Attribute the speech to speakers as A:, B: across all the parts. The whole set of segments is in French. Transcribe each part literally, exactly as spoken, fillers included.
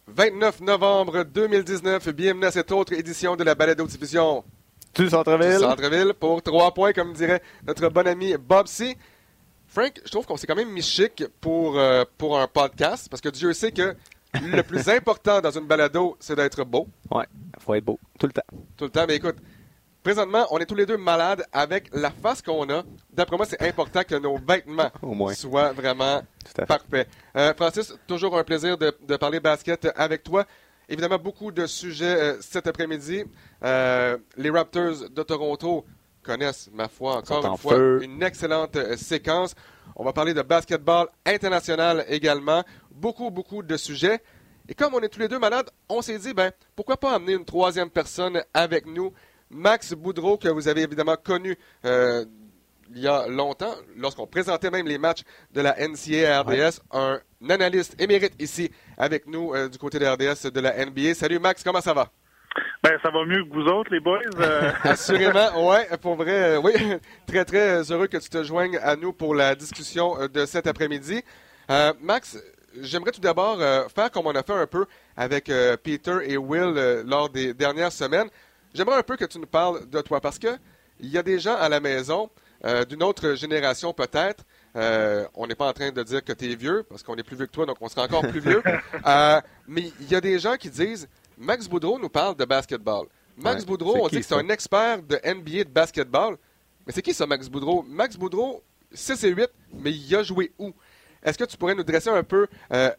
A: vingt-neuf novembre deux mille dix-neuf. Bienvenue à cette autre édition de la balado-diffusion
B: du Centre-Ville.
A: Du Centre-Ville pour trois points, comme dirait notre bon ami Bob C. Frank, je trouve qu'on s'est quand même mis chic pour, euh, pour un podcast, parce que Dieu sait que le plus important dans une balado, c'est d'être beau.
B: Ouais, il faut être beau, tout le temps.
A: Tout le temps, mais écoute, présentement, on est tous les deux malades avec la face qu'on a. D'après moi, c'est important que nos vêtements
B: Au moins.
A: soient vraiment parfaits. Euh, Francis, toujours un plaisir de, de parler basket avec toi. Évidemment, beaucoup de sujets euh, cet après-midi. Euh, les Raptors de Toronto connaissent, ma foi, encore une fois,
B: feu.
A: une excellente euh, séquence. On va parler de basketball international également. Beaucoup, beaucoup de sujets. Et comme on est tous les deux malades, on s'est dit, ben, pourquoi pas amener une troisième personne avec nous, Max Boudreau, que vous avez évidemment connu euh, il y a longtemps, lorsqu'on présentait même les matchs de la N C A A R D S, ouais. Un analyste émérite ici avec nous euh, du côté de la R D S de la N B A. Salut Max, comment ça va?
C: Ben, ça va mieux que vous autres, les boys. Euh...
A: Assurément, oui, pour vrai, euh, oui. Très, très heureux que tu te joignes à nous pour la discussion euh, de cet après-midi. Euh, Max, j'aimerais tout d'abord euh, faire comme on a fait un peu avec euh, Peter et Will euh, lors des dernières semaines. J'aimerais un peu que tu nous parles de toi, parce que il y a des gens à la maison, euh, d'une autre génération peut-être. Euh, on n'est pas en train de dire que tu es vieux, parce qu'on est plus vieux que toi, donc on sera encore plus vieux. Euh, mais il y a des gens qui disent, Max Boudreau nous parle de basketball. Max ouais, Boudreau, on dit que c'est un expert de N B A de basketball. Mais c'est qui ça, Max Boudreau? Max Boudreau, six et huit, mais il a joué où? Est-ce que tu pourrais nous dresser un peu euh,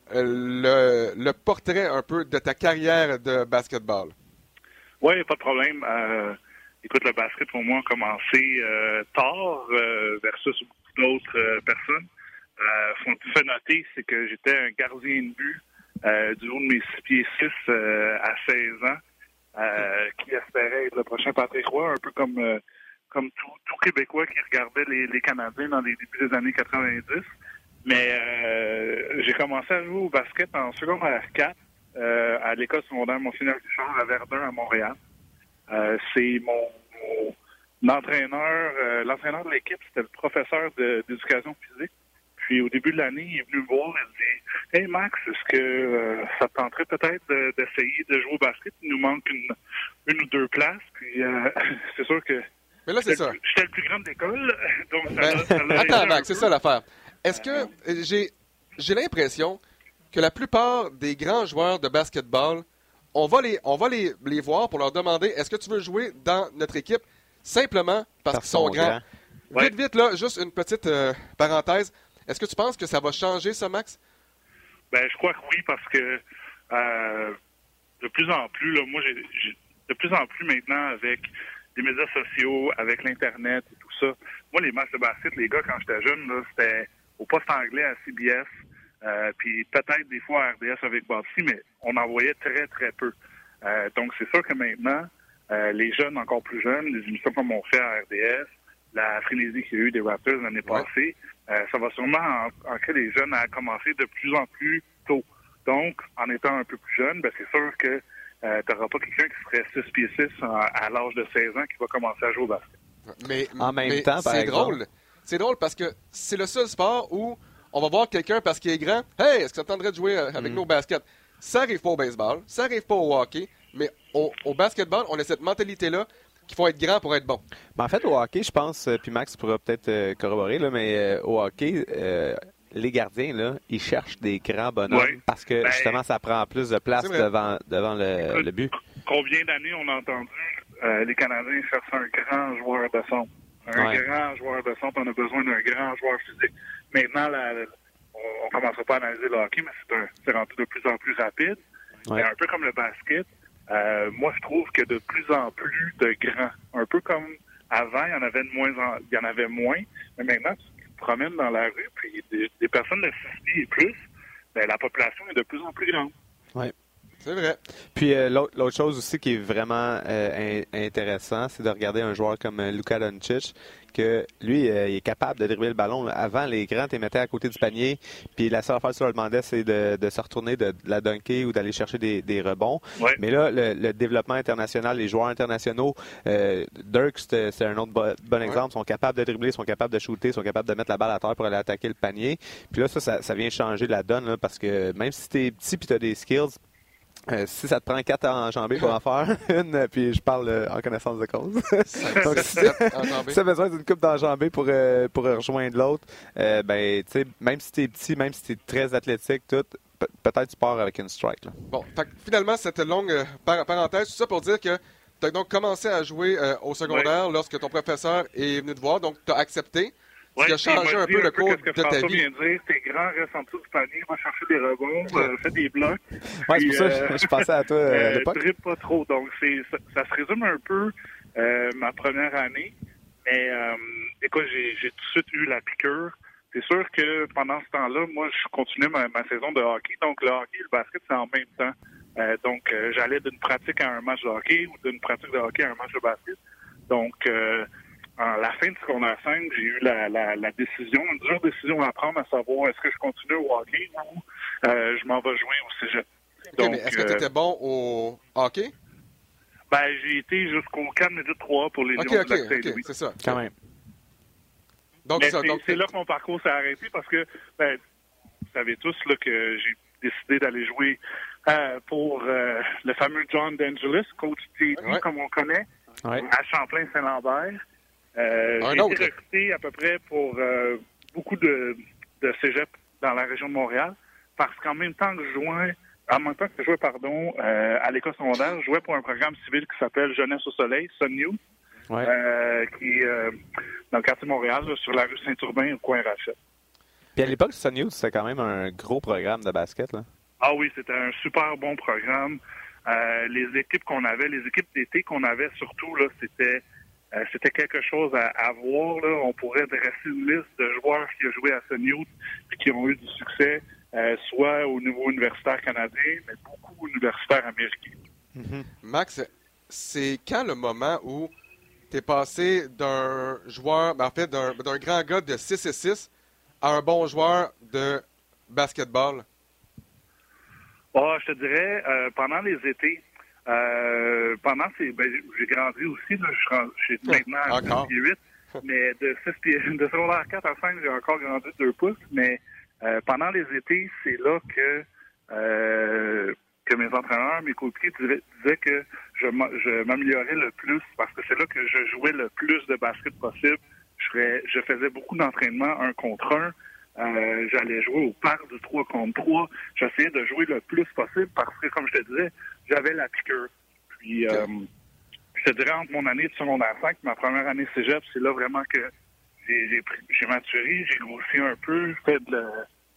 A: le, le portrait un peu de ta carrière de basketball?
C: Oui, pas de problème. Euh, écoute, le basket, pour moi, a commencé euh, tard euh, versus beaucoup d'autres euh, personnes. Euh, ce qu'on fait noter, c'est que j'étais un gardien de but euh, du haut de mes six pieds six euh, à seize ans, euh, qui espérait être le prochain Patrick Roy, un peu comme euh, comme tout, tout Québécois qui regardait les, les Canadiens dans les débuts des années quatre-vingt-dix. Mais euh, j'ai commencé à jouer au basket en secondaire quatre. Euh, à l'école secondaire Monseigneur Guichard à Verdun, à Montréal. Euh, c'est mon, mon entraîneur, euh, l'entraîneur de l'équipe, c'était le professeur de, d'éducation physique. Puis au début de l'année, il est venu me voir et il dit « Hey Max, est-ce que euh, ça te tenterait peut-être de, d'essayer de jouer au basket? Il nous manque une, une ou deux places. » Puis euh, c'est sûr que
A: Mais là, c'est
C: j'étais,
A: ça.
C: Le, j'étais le plus grand de l'école. Donc ça,
A: ben,
C: l'a, ça l'a
A: attends Max, c'est ça l'affaire. Est-ce que j'ai, j'ai l'impression que la plupart des grands joueurs de basketball, on va les, on va les, les voir pour leur demander est-ce que tu veux jouer dans notre équipe simplement parce, parce qu'ils sont grands. grands.
C: Ouais.
A: Vite, vite, là, juste une petite euh, parenthèse. Est-ce que tu penses que ça va changer ça, Max?
C: Ben, je crois que oui, parce que euh, de plus en plus, là, moi, j'ai, j'ai de plus en plus maintenant avec les médias sociaux, avec l'Internet et tout ça. Moi, les matchs de basket, les gars, quand j'étais jeune, là, c'était au poste anglais à C B S. Euh, puis peut-être des fois à R D S avec Bob-C, mais on en voyait très, très peu. Euh, donc, c'est sûr que maintenant, euh, les jeunes encore plus jeunes, les émissions comme on fait à R D S, la frénésie qu'il y a eu des Raptors l'année ouais. passée, euh, ça va sûrement ancrer les jeunes à commencer de plus en plus tôt. Donc, en étant un peu plus jeune, ben, c'est sûr que euh, tu n'auras pas quelqu'un qui serait six pieds six à, à l'âge de seize ans qui va commencer à jouer au basket.
A: Mais,
B: en même
A: mais
B: temps, par
A: c'est
B: exemple.
A: drôle. C'est drôle parce que c'est le seul sport où on va voir quelqu'un parce qu'il est grand. Hey, est-ce que ça tendrait de jouer avec mm. nos baskets? Ça n'arrive pas au baseball, ça n'arrive pas au hockey, mais au, au basketball, on a cette mentalité-là qu'il faut être grand pour être bon.
B: Mais en fait, au hockey, je pense, puis Max pourra peut-être euh, corroborer, là, mais euh, au hockey, euh, les gardiens, là, ils cherchent des grands bonhommes oui. parce que ben, justement, ça prend plus de place devant, devant le,
C: écoute,
B: le but.
C: Combien d'années on a entendu euh, les Canadiens chercher un grand joueur de centre? Un ouais. grand joueur de centre, on a besoin d'un grand joueur physique. Maintenant, la, la, on ne commencera pas à analyser le hockey, mais c'est, un, c'est rendu de plus en plus rapide. Ouais. Mais un peu comme le basket, euh, moi, je trouve que de plus en plus de grands. Un peu comme avant, il y en avait de moins en, il y en avait moins. Mais maintenant, tu te promènes dans la rue, puis des, des personnes de six pieds et plus, ben, la population est de plus en plus grande.
B: Oui.
A: C'est vrai.
B: Puis euh, l'autre, l'autre chose aussi qui est vraiment euh, in- intéressant, c'est de regarder un joueur comme euh, Luka Doncic, que lui, euh, il est capable de dribbler le ballon. Là. Avant, les grands, tu les mettais à côté du panier, puis la seule affaire que tu leur demandais, c'est de, de se retourner, de, de la dunker ou d'aller chercher des, des rebonds.
C: Ouais.
B: Mais là, le, le développement international, les joueurs internationaux, euh, Dirk, c'est, c'est un autre bo- bon exemple, ouais. sont capables de dribbler, sont capables de shooter, sont capables de mettre la balle à terre pour aller attaquer le panier. Puis là, ça, ça, ça vient changer la donne, là, parce que même si t'es petit et tu as des skills, Euh, si ça te prend quatre enjambées pour en faire une, puis je parle euh, en connaissance de cause. Donc, si tu as besoin d'une coupe d'enjambées pour, euh, pour rejoindre l'autre, euh, ben, tu sais, même si tu es petit, même si tu es très athlétique, tout, pe- peut-être tu pars avec une strike. Là.
A: Bon, fait que finalement, cette longue euh, par- parenthèse, tout ça pour dire que tu as donc commencé à jouer euh, au secondaire ouais. lorsque ton professeur est venu te voir, donc tu as accepté.
C: Ouais,
A: ce qui a changé un peu, un peu le cours
C: que
A: de ta vie.
C: Vient de dire, t'es grand, reste en dessous du panier, va chercher des rebonds, euh, fais des blocs.
B: Ouais, c'est pour ça que euh, je pensais à toi euh, à l'époque.
C: Dribble pas trop. Donc, c'est, ça, ça se résume un peu euh, ma première année. Mais, euh, écoute, j'ai, j'ai tout de suite eu la piqûre. C'est sûr que pendant ce temps-là, moi, je continuais ma, ma saison de hockey. Donc, le hockey et le basket, c'est en même temps. Euh, donc, euh, j'allais d'une pratique à un match de hockey ou d'une pratique de hockey à un match de basket. Donc, euh, à la fin du secondaire cinq, j'ai eu la, la, la décision, une dure décision à prendre, à savoir est-ce que je continue au hockey ou euh, je m'en vais jouer au cégep.
A: Okay, donc, mais est-ce que tu étais euh, bon au hockey?
C: Ben, j'ai été jusqu'au Canada trois pour les
A: okay,
C: Lions
A: okay,
C: de la Saint-Louis.
A: Okay, c'est ça.
B: Quand même.
C: Donc, ça, c'est, donc, c'est là que mon parcours s'est arrêté parce que, ben, vous savez tous là, que j'ai décidé d'aller jouer euh, pour euh, le fameux John DeAngelis, coach T D, ouais. comme on connaît, ouais. à Champlain-Saint-Lambert. Euh, j'ai
A: autre.
C: été recruté à peu près pour euh, beaucoup de, de cégep dans la région de Montréal parce qu'en même temps que je jouais, en même temps que je jouais, pardon, euh, à l'école secondaire, je jouais pour un programme civil qui s'appelle Jeunesse au Soleil, Sun Youth, ouais. euh, qui est euh, dans le quartier de Montréal, là, sur la rue Saint-Urbain, au coin Rachel.
B: Puis à l'époque, Sun Youth, c'était quand même un gros programme de basket, là.
C: Ah oui, c'était un super bon programme. Euh, les équipes qu'on avait, les équipes d'été qu'on avait surtout, là, c'était Euh, c'était quelque chose à, à voir. Là. On pourrait dresser une liste de joueurs qui ont joué à Sun Youth et qui ont eu du succès, euh, soit au niveau universitaire canadien, mais beaucoup universitaire américain.
A: Mm-hmm. Max, c'est quand le moment où tu es passé d'un joueur, ben en fait, d'un, d'un grand gars de six et six à un bon joueur de basketball?
C: Oh, je te dirais, euh, pendant les étés, Euh, pendant ces, ben, j'ai grandi aussi, là, je suis maintenant à six pieds huit, mais de six pieds, de secondaire quatre à cinq, j'ai encore grandi de deux pouces, mais euh, pendant les étés, c'est là que euh, que mes entraîneurs, mes coéquipiers disaient, disaient que je, je m'améliorais le plus parce que c'est là que je jouais le plus de basket possible. Je, ferais, je faisais beaucoup d'entraînement un contre un. Euh, j'allais jouer au parc du trois contre trois. J'essayais de jouer le plus possible parce que, comme je te disais, j'avais la piqûre. Puis, euh, je te dirais, entre mon année de secondaire cinq et ma première année cégep, c'est là vraiment que j'ai, j'ai, pris, j'ai maturé, j'ai grossi un peu, fait de la,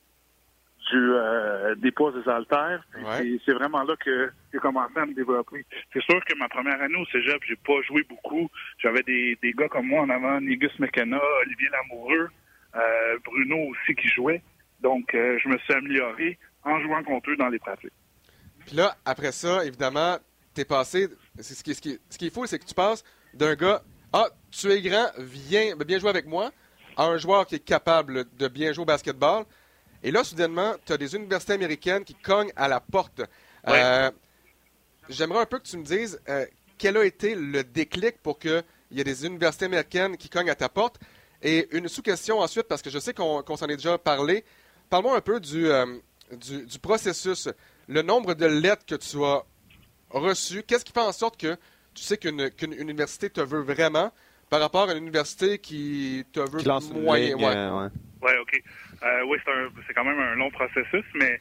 C: du, euh, des poids des haltères. Puis ouais. c'est, c'est vraiment là que j'ai commencé à me développer. C'est sûr que ma première année au cégep, j'ai pas joué beaucoup. J'avais des, des gars comme moi en avant, Négus McKenna, Olivier Lamoureux, euh, Bruno aussi qui jouait. Donc, euh, je me suis amélioré en jouant contre eux dans les pratiques.
A: Puis là, après ça, évidemment, t'es passé... C'est ce, qui, ce, qui, ce qui est fou, c'est que tu passes d'un gars « Ah, tu es grand, viens bien jouer avec moi » à un joueur qui est capable de bien jouer au basketball. Et là, soudainement, tu as des universités américaines qui cognent à la porte. Ouais. Euh, j'aimerais un peu que tu me dises euh, quel a été le déclic pour qu'il y ait des universités américaines qui cognent à ta porte. Et une sous-question ensuite, parce que je sais qu'on, qu'on s'en est déjà parlé. Parle-moi un peu du, euh, du, du processus. Le nombre de lettres que tu as reçues, qu'est-ce qui fait en sorte que tu sais qu'une, qu'une université te veut vraiment par rapport à une université qui te veut
B: qui
A: moyen?
B: Ligne, ouais. Euh, ouais.
C: ouais, OK. Euh, oui, c'est, un, c'est quand même un long processus, mais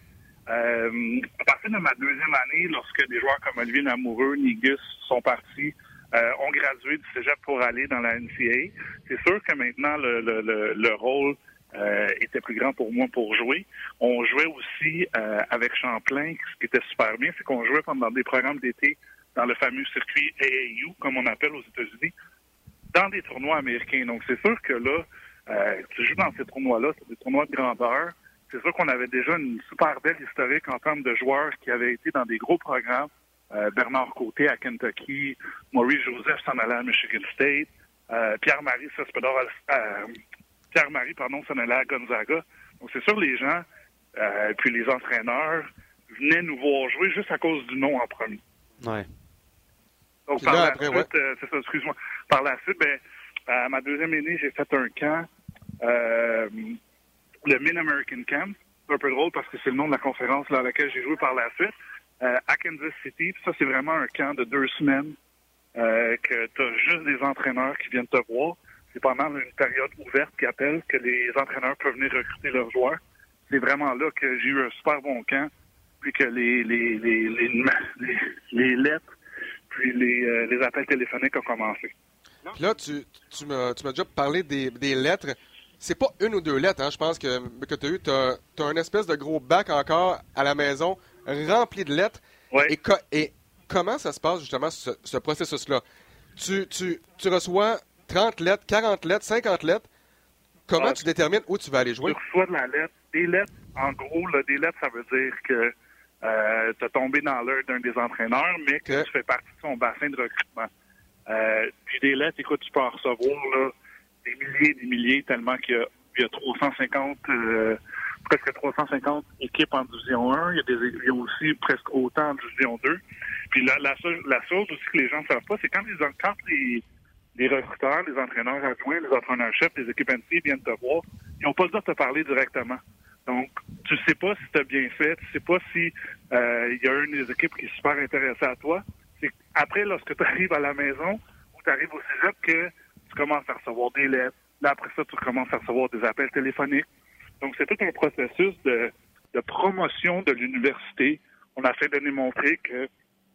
C: euh, à partir de ma deuxième année, lorsque des joueurs comme Olivier Lamoureux, Négus sont partis, euh, ont gradué du cégep pour aller dans la N C A A, c'est sûr que maintenant, le, le, le, le rôle Euh, était plus grand pour moi pour jouer. On jouait aussi euh, avec Champlain. Ce qui était super bien, c'est qu'on jouait pendant des programmes d'été dans le fameux circuit A A U, comme on appelle aux États-Unis, dans des tournois américains. Donc, c'est sûr que là, euh, tu joues dans ces tournois-là, c'est des tournois de grandeur. C'est sûr qu'on avait déjà une super belle historique en termes de joueurs qui avaient été dans des gros programmes. Euh, Bernard Côté à Kentucky, Maurice Joseph s'en allait à Michigan State, euh, Pierre-Marie Cespedes à Pierre-Marie, pardon, s'en allait à Gonzaga. Donc, c'est sûr, les gens, euh, puis les entraîneurs venaient nous voir jouer juste à cause du nom en premier.
B: Ouais.
C: Donc,
A: puis
C: par
A: là,
C: la
A: après,
C: suite,
A: ouais.
C: euh, c'est ça, excuse-moi. Par la suite, ben, à ma deuxième année, j'ai fait un camp, euh, le Mid-American Camp. C'est un peu drôle parce que c'est le nom de la conférence là, à laquelle j'ai joué par la suite. euh, à Kansas City. Ça, c'est vraiment un camp de deux semaines euh, que tu as juste des entraîneurs qui viennent te voir. C'est pendant une période ouverte qui appelle que les entraîneurs peuvent venir recruter leurs joueurs. C'est vraiment là que j'ai eu un super bon camp, puis que les les les les, les, les lettres, puis les, euh, les appels téléphoniques ont commencé.
A: Puis là, tu, tu m'as tu m'as déjà parlé des, des lettres. C'est pas une ou deux lettres, hein. Je pense que, que tu as eu, tu as un espèce de gros bac encore à la maison rempli de lettres.
C: Ouais.
A: Et, co- et comment ça se passe justement ce, ce processus-là? Tu, tu, tu reçois trente lettres, quarante lettres, cinquante lettres. Comment
C: Ah,
A: tu détermines où tu vas aller jouer?
C: Tu reçois de la lettre. Des lettres, en gros, là, des lettres, ça veut dire que euh, tu as tombé dans l'œil d'un des entraîneurs, mais que
A: Okay.
C: tu fais partie de son bassin de recrutement. Euh, puis des lettres, écoute, tu peux en recevoir là, des milliers des milliers, tellement qu'il y a, il y a trois cent cinquante, euh, presque trois cent cinquante équipes en Division un. Il y a, des, il y a aussi presque autant en Division deux. Puis la, la, chose- la chose aussi que les gens ne savent pas, c'est quand les, quand les, les recruteurs, les entraîneurs adjoints, les entraîneurs-chefs, les équipes N C A A viennent te voir, ils n'ont pas le droit de te parler directement. Donc, tu sais pas si tu as bien fait, tu sais pas si euh, il y a une des équipes qui est super intéressée à toi. C'est après, lorsque tu arrives à la maison ou tu arrives au cégep, que tu commences à recevoir des lettres. Là, après ça, tu commences à recevoir des appels téléphoniques. Donc, c'est tout un processus de, de promotion de l'université. On a fait de démontrer que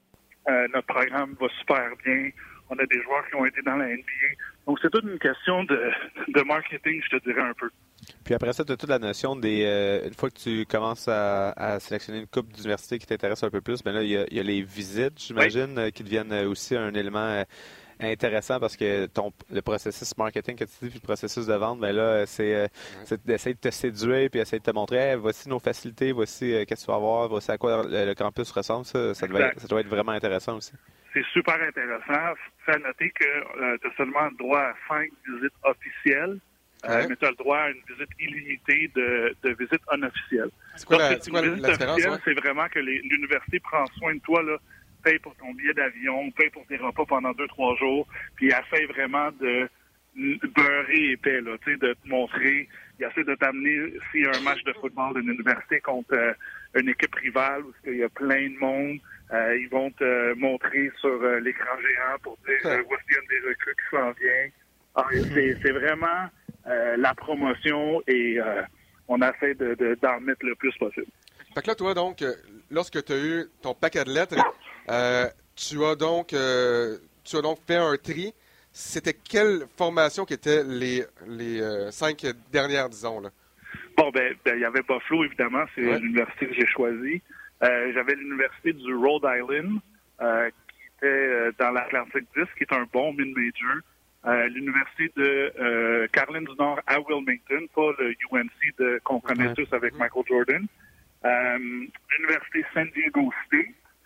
C: euh, notre programme va super bien. On a des joueurs qui ont été dans la N B A. Donc, c'est toute une question de, de marketing, je te dirais un peu.
B: Puis après ça, tu as toute la notion des... Euh, une fois que tu commences à, à sélectionner une coupe d'université qui t'intéresse un peu plus, ben là, il y a, il y a les visites, j'imagine, oui. euh, qui deviennent aussi un élément euh, intéressant parce que ton le processus marketing que tu dis, puis le processus de vente, ben là, c'est, euh, oui. c'est d'essayer de te séduire puis essayer de te montrer, hey, voici nos facilités, voici euh, qu'est-ce que tu vas avoir, voici à quoi le, le campus ressemble. Ça, ça, doit être, ça doit être vraiment intéressant aussi.
C: C'est super intéressant. Il faut noter que euh, tu as seulement le droit à cinq visites officielles. Euh, ouais. Mais tu as le droit à une visite illimitée de, de visites unofficielles.
A: C'est quoi,
C: Donc,
A: la, c'est quoi
C: une visite
A: la différence?
C: officielle,
A: Ouais?
C: c'est vraiment que les, l'université prend soin de toi, là, paye pour ton billet d'avion, paye pour tes repas pendant deux, trois jours, puis essaie vraiment de beurrer épais, là, tu sais, de te montrer, il essaie de t'amener, s'il y a un match de football d'une université contre euh, une équipe rivale où il y a plein de monde, euh, ils vont te montrer sur euh, l'écran géant pour dire euh, voici une des recrues qui s'en vient. Alors, c'est, c'est vraiment euh, la promotion et euh, on essaie de, de, d'en mettre le plus possible.
A: Fait que là, toi, donc, lorsque tu as eu ton paquet de lettres, euh, tu as donc euh, tu as donc fait un tri. C'était quelle formation qui étaient les, les euh, cinq dernières, disons, là?
C: Bon, ben, ben, il y avait Buffalo, évidemment, c'est
A: ouais.
C: l'université que j'ai choisie. Euh, j'avais l'université du Rhode Island, euh, qui était euh, dans l'Atlantique dix, qui est un bon mid-major. Euh, l'université de euh, Caroline du Nord à Wilmington, pas le U N C de, qu'on connaît ouais. tous avec mm-hmm. Michael Jordan. Euh, l'université San Diego State,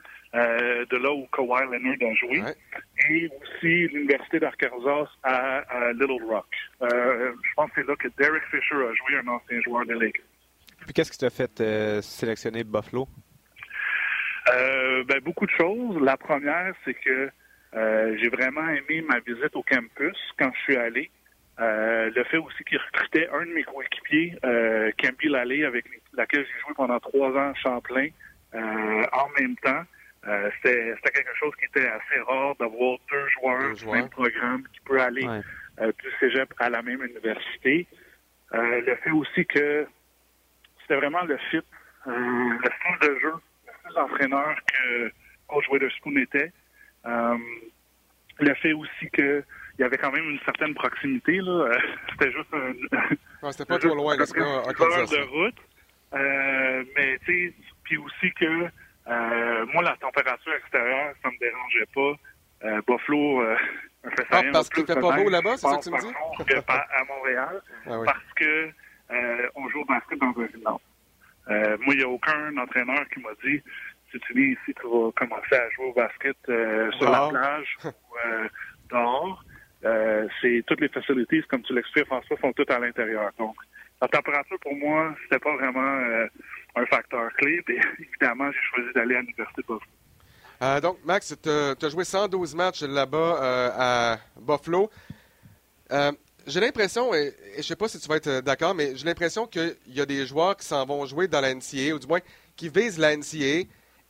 C: euh, de là où Kawhi Leonard a joué. Ouais. Et aussi l'université d'Arkansas à, à Little Rock. Euh, je pense que c'est là que Derek Fisher a joué, un ancien joueur de Lakers.
B: Puis qu'est-ce qui t'a fait euh, sélectionner Buffalo?
C: Euh, ben, beaucoup de choses. La première, c'est que euh, j'ai vraiment aimé ma visite au campus quand je suis allé. Euh, le fait aussi qu'il recrutait un de mes coéquipiers, euh, Kemby Lalley, avec laquelle j'ai joué pendant trois ans à Champlain, euh, en même temps. Euh, c'était, c'était quelque chose qui était assez rare d'avoir deux joueurs du même programme qui peut aller ouais. euh, du cégep à la même université. Euh, le fait aussi que c'était vraiment le fit, euh, le style de jeu, le style d'entraîneur que Coach Witherspoon était. Euh, le fait aussi que il y avait quand même une certaine proximité, là. Euh, c'était juste un...
A: Ouais, c'était pas trop loin, là, c'est pas
C: une heure de route. Euh, mais, tu sais, puis aussi que Euh, moi, la température extérieure, ça me dérangeait pas. Euh, Buffalo euh, me fait ça.
A: Ah, parce qu'il fait pas beau là-bas, c'est ça que tu me dis?
C: À Montréal, ah, oui. Parce que euh, on joue au basket dans un gymnase. Euh, moi, il n'y a aucun entraîneur qui m'a dit si tu viens ici, tu vas commencer à jouer au basket euh, sur ah. la plage ou euh, dehors. Euh, c'est toutes les facilités, comme tu l'expliques, François, sont toutes à l'intérieur. Donc, la température, pour moi, c'était pas vraiment euh, un facteur clé. Et évidemment, j'ai choisi d'aller à l'Université de Buffalo.
A: Euh, donc, Max, tu as joué cent douze matchs là-bas euh, à Buffalo. Euh, j'ai l'impression, et, et je ne sais pas si tu vas être d'accord, mais j'ai l'impression qu'il y a des joueurs qui s'en vont jouer dans la N C A A, ou du moins qui visent la N C A A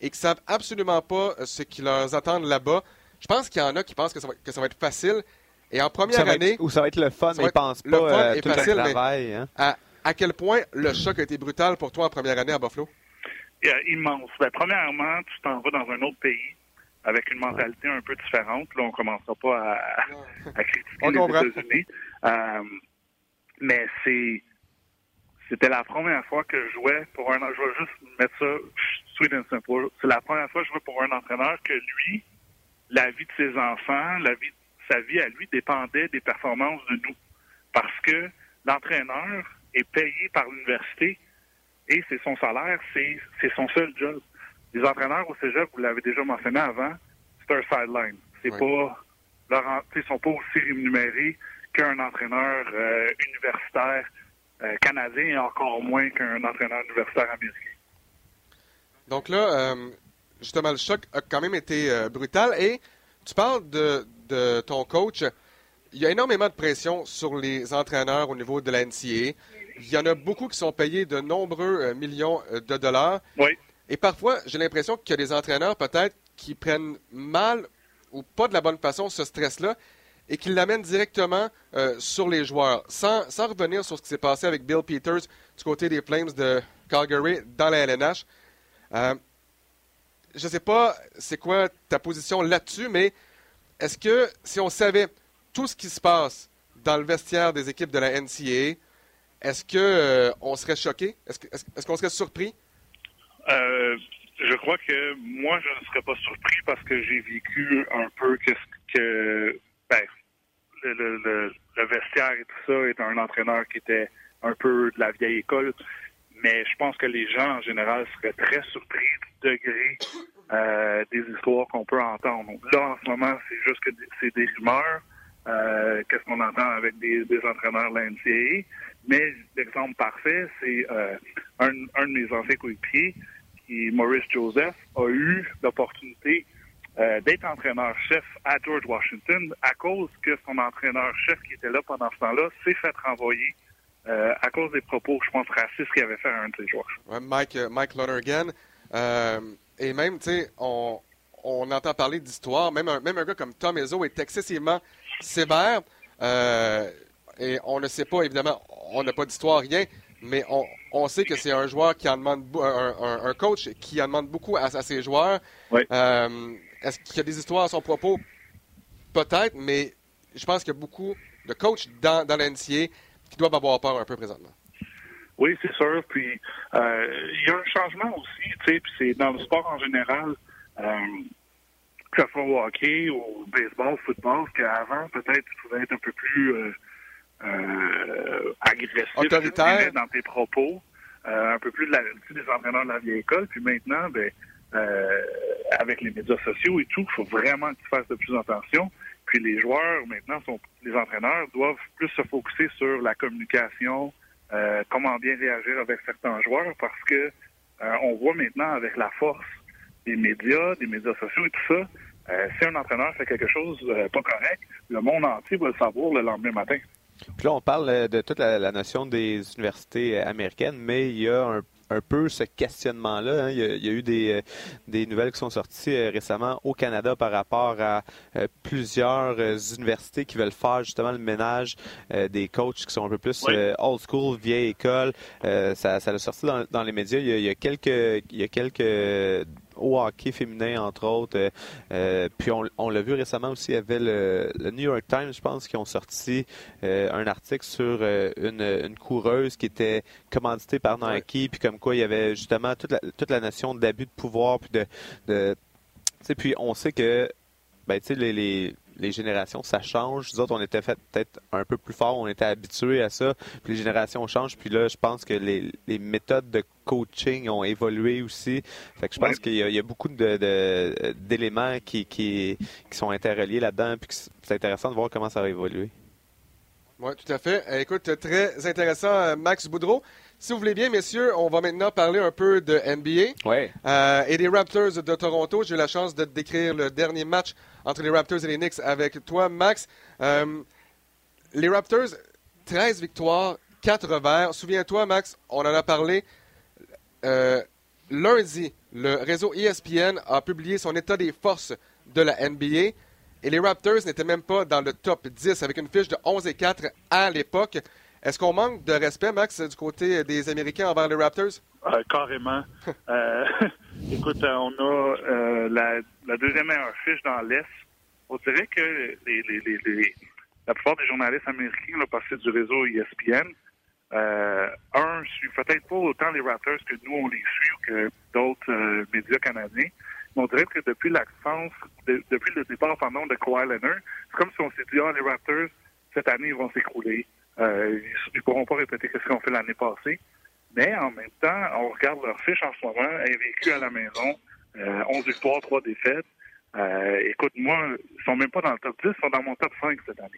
A: et qui savent absolument pas ce qui leur attend là-bas. Je pense qu'il y en a qui pensent que ça va, que ça va être facile. Et en première année...
B: Être, ou ça va être le fun, mais ils ne pensent pas
A: le fun
B: euh,
A: et
B: tout
A: facile,
B: le travail. Hein?
A: À, à quel point le choc a été brutal pour toi en première année à Buffalo?
C: Yeah, immense. Ben, premièrement, tu t'en vas dans un autre pays avec une mentalité un peu différente. Là, on ne commencera pas à, à critiquer
A: on
C: les
A: comprend.
C: États-Unis. Euh, mais c'est... C'était la première fois que je jouais pour un... Je vais juste mettre ça sweet and simple. C'est la première fois que je jouais pour un entraîneur que lui, la vie de ses enfants, la vie, sa vie à lui dépendait des performances de nous. Parce que l'entraîneur est payé par l'université et c'est son salaire, c'est, c'est son seul job. Les entraîneurs au cégep, vous l'avez déjà mentionné avant, c'est un sideline. C'est oui. pas... Leur, ils sont pas aussi rémunérés qu'un entraîneur euh, universitaire Euh, canadien et encore moins qu'un entraîneur universitaire américain.
A: Donc là, euh, justement, le choc a quand même été euh, brutal. Et tu parles de, de ton coach. Il y a énormément de pression sur les entraîneurs au niveau de la N C A A. Il y en a beaucoup qui sont payés de nombreux euh, millions de dollars.
C: Oui.
A: Et parfois, j'ai l'impression qu'il y a des entraîneurs peut-être qui prennent mal ou pas de la bonne façon ce stress-là et qui l'amène directement euh, sur les joueurs, sans, sans revenir sur ce qui s'est passé avec Bill Peters du côté des Flames de Calgary dans la L N H. Euh, je ne sais pas c'est quoi ta position là-dessus, mais est-ce que si on savait tout ce qui se passe dans le vestiaire des équipes de la N C A A, est-ce qu'on euh, serait choqué? Est-ce, que, est-ce, est-ce qu'on serait surpris?
C: Euh, je crois que moi, je ne serais pas surpris parce que j'ai vécu un peu que... que ben, Le, le, le, le vestiaire et tout ça est un entraîneur qui était un peu de la vieille école, mais je pense que les gens, en général, seraient très surpris du degré euh, des histoires qu'on peut entendre. Donc, là, en ce moment, c'est juste que c'est des rumeurs. Euh, qu'est-ce qu'on entend avec des, des entraîneurs de la N C A A? Mais l'exemple parfait, c'est euh, un, un de mes anciens coéquipiers, qui Maurice Joseph, a eu l'opportunité Euh, d'être entraîneur-chef à George Washington à cause que son entraîneur-chef qui était là pendant ce temps-là s'est fait renvoyer euh, à cause des propos, je pense, racistes qu'il avait fait à un de ses joueurs.
A: Ouais, Mike, Mike Lonergan. Euh, et même, tu sais, on, on entend parler d'histoire. Même un, même un gars comme Tom Izzo est excessivement sévère. Euh, et on ne sait pas, évidemment, on n'a pas d'histoire, rien. Mais on, on sait que c'est un joueur qui en demande, un, un, un coach qui en demande beaucoup à, à ses joueurs.
C: Oui.
A: Euh, Est-ce qu'il y a des histoires à son propos? Peut-être, mais je pense qu'il y a beaucoup de coachs dans, dans la N C A A qui doivent avoir peur un peu présentement.
C: Oui, c'est sûr. Puis, euh, il y a un changement aussi, tu sais, puis c'est dans le sport en général, euh, que ce soit au hockey, au baseball, au football, qu'avant, peut-être, tu pouvais être un peu plus euh, euh, agressif
A: autoritaire
C: dans tes propos, euh, un peu plus de la, des entraîneurs de la vieille école. Puis maintenant, ben, Euh, avec les médias sociaux et tout, il faut vraiment que tu fasses de plus attention. Puis les joueurs, maintenant, sont, les entraîneurs doivent plus se focusser sur la communication, euh, comment bien réagir avec certains joueurs, parce que euh, on voit maintenant avec la force des médias, des médias sociaux et tout ça, euh, si un entraîneur fait quelque chose euh, pas correct, le monde entier va le savoir le lendemain matin.
B: Puis là, on parle de toute la, la notion des universités américaines, mais il y a un un peu ce questionnement-là. Hein. Il, y a, il y a eu des, des nouvelles qui sont sorties euh, récemment au Canada par rapport à euh, plusieurs euh, universités qui veulent faire justement le ménage euh, des coachs qui sont un peu plus
C: oui.
B: euh, old school, vieille école. Euh, ça, ça a sorti dans, dans les médias. Il y a, il y a quelques, il y a quelques au hockey féminin, entre autres. Euh, euh, puis on, on l'a vu récemment aussi, il y avait le, le New York Times, je pense, qui ont sorti euh, un article sur euh, une, une coureuse qui était commanditée par Nike, ouais. Puis comme quoi il y avait justement toute la, toute la notion d'abus de pouvoir, puis de... de puis on sait que ben, les, les, les générations, ça change. Nous autres, on était fait peut-être un peu plus fort, on était habitués à ça, puis les générations changent, puis là, je pense que les, les méthodes de coaching ont évolué aussi. Fait que je pense ouais. qu'il y a, il y a beaucoup de, de, d'éléments qui, qui, qui sont interreliés là-dedans, puis c'est intéressant de voir comment ça va évoluer.
A: Oui, tout à fait. Écoute, très intéressant, Max Boudreau. Si vous voulez bien, messieurs, on va maintenant parler un peu de N B A
B: ouais.
A: euh, et des Raptors de Toronto. J'ai eu la chance de décrire le dernier match entre les Raptors et les Knicks avec toi, Max. Euh, les Raptors, treize victoires, quatre revers. Souviens-toi, Max, on en a parlé. Euh, lundi, le réseau E S P N a publié son état des forces de la N B A et les Raptors n'étaient même pas dans le top dix avec une fiche de onze et quatre à l'époque. Est-ce qu'on manque de respect, Max, du côté des Américains envers les Raptors?
C: Euh, carrément. euh, écoute, on a euh, la, la deuxième meilleure fiche dans l'Est. On dirait que les, les, les, les, la plupart des journalistes américains, là, passé du réseau E S P N, euh, un, suivent peut-être pas autant les Raptors que nous, on les suit ou que d'autres euh, médias canadiens. Mais on dirait que depuis l'absence, de, depuis le départ, pardon, de Kawhi Leonard, c'est comme si on s'est dit, ah, les Raptors, cette année, ils vont s'écrouler. Euh, ils ne pourront pas répéter ce qu'ils ont fait l'année passée. Mais en même temps, on regarde leur fiche en ce moment, invaincus à la maison, euh, onze victoires, trois défaites. Euh, écoute, moi, ils sont même pas dans le top dix, ils sont dans mon top cinq cette année.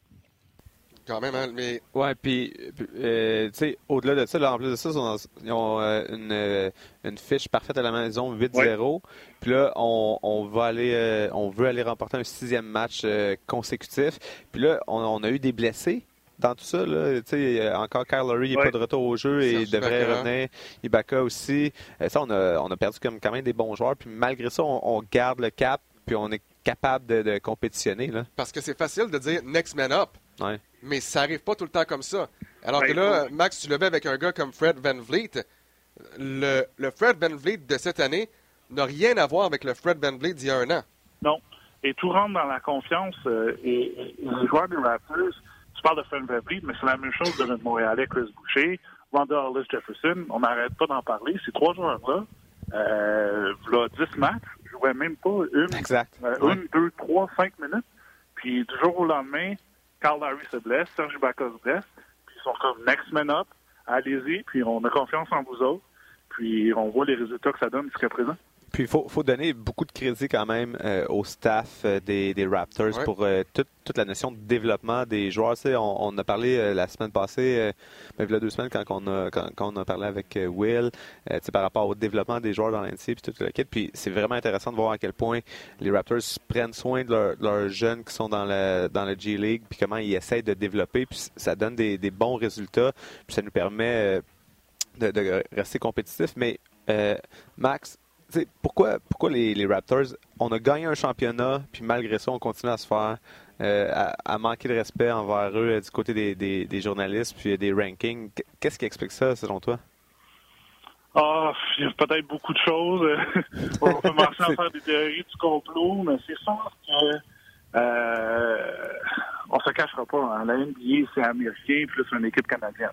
A: Quand même, hein, mais...
B: Ouais, puis, euh, tu sais, au-delà de ça, là, en plus de ça, ils, sont dans, ils ont euh, une, euh, une fiche parfaite à la maison, huit zéro. Ouais. Puis là, on, on va aller, euh, on veut aller remporter un sixième match euh, consécutif. Puis là, on, on a eu des blessés dans tout ça, là, tu sais, encore Kyle Lowry n'est ouais. pas de retour au jeu et il devrait Ibaka. revenir. Ibaka aussi. Euh, ça, on a, on a perdu comme quand même des bons joueurs. Puis malgré ça, on, on garde le cap puis on est capable de, de compétitionner. Là.
A: Parce que c'est facile de dire « next man up
B: ouais. ».
A: Mais ça n'arrive pas tout le temps comme ça. Alors ouais, que là, cool. Max, tu le mets avec un gars comme Fred VanVleet. Le, le Fred VanVleet de cette année n'a rien à voir avec le Fred VanVleet d'il y a un an.
C: Non. Et tout rentre dans la confiance. Euh, et, et les joueurs des Raptors... Tu parles de Fred VanVleet, mais c'est la même chose de notre Montréalais Chris Boucher, Rondell Hollis Jefferson. On n'arrête pas d'en parler. Ces trois joueurs-là, euh, là, dix matchs, jouaient même pas une,
B: exact.
C: Euh,
B: ouais.
C: une, deux, trois, cinq minutes. Puis du jour au lendemain, Kyle Lowry se blesse, Serge Ibaka se blesse. Puis ils sont comme next man up, allez-y, puis on a confiance en vous autres. Puis on voit les résultats que ça donne jusqu'à présent.
B: Puis il faut, faut donner beaucoup de crédit quand même euh, au staff euh, des, des Raptors ouais. pour euh, toute, toute la notion de développement des joueurs. Tu sais, on, on a parlé euh, la semaine passée, euh, ben, il y a deux semaines, quand, on a, quand, quand on a parlé avec euh, Will, euh, tu sais, par rapport au développement des joueurs dans l'N C A A puis toute la kit. Puis c'est vraiment intéressant de voir à quel point les Raptors prennent soin de leurs leur jeunes qui sont dans le, dans la G League, puis comment ils essayent de développer. Puis ça donne des, des bons résultats, puis ça nous permet euh, de, de rester compétitifs. Mais euh, Max, T'sais, pourquoi pourquoi les, les Raptors, on a gagné un championnat, puis malgré ça, on continue à se faire, euh, à, à manquer de respect envers eux euh, du côté des, des, des journalistes, puis des rankings. Qu'est-ce qui explique ça, selon toi?
C: Ah, il y a peut-être beaucoup de choses. On peut commencer à faire des théories du complot, mais c'est sûr que euh, on se cachera pas. Hein. La N B A, c'est américain, plus une équipe canadienne.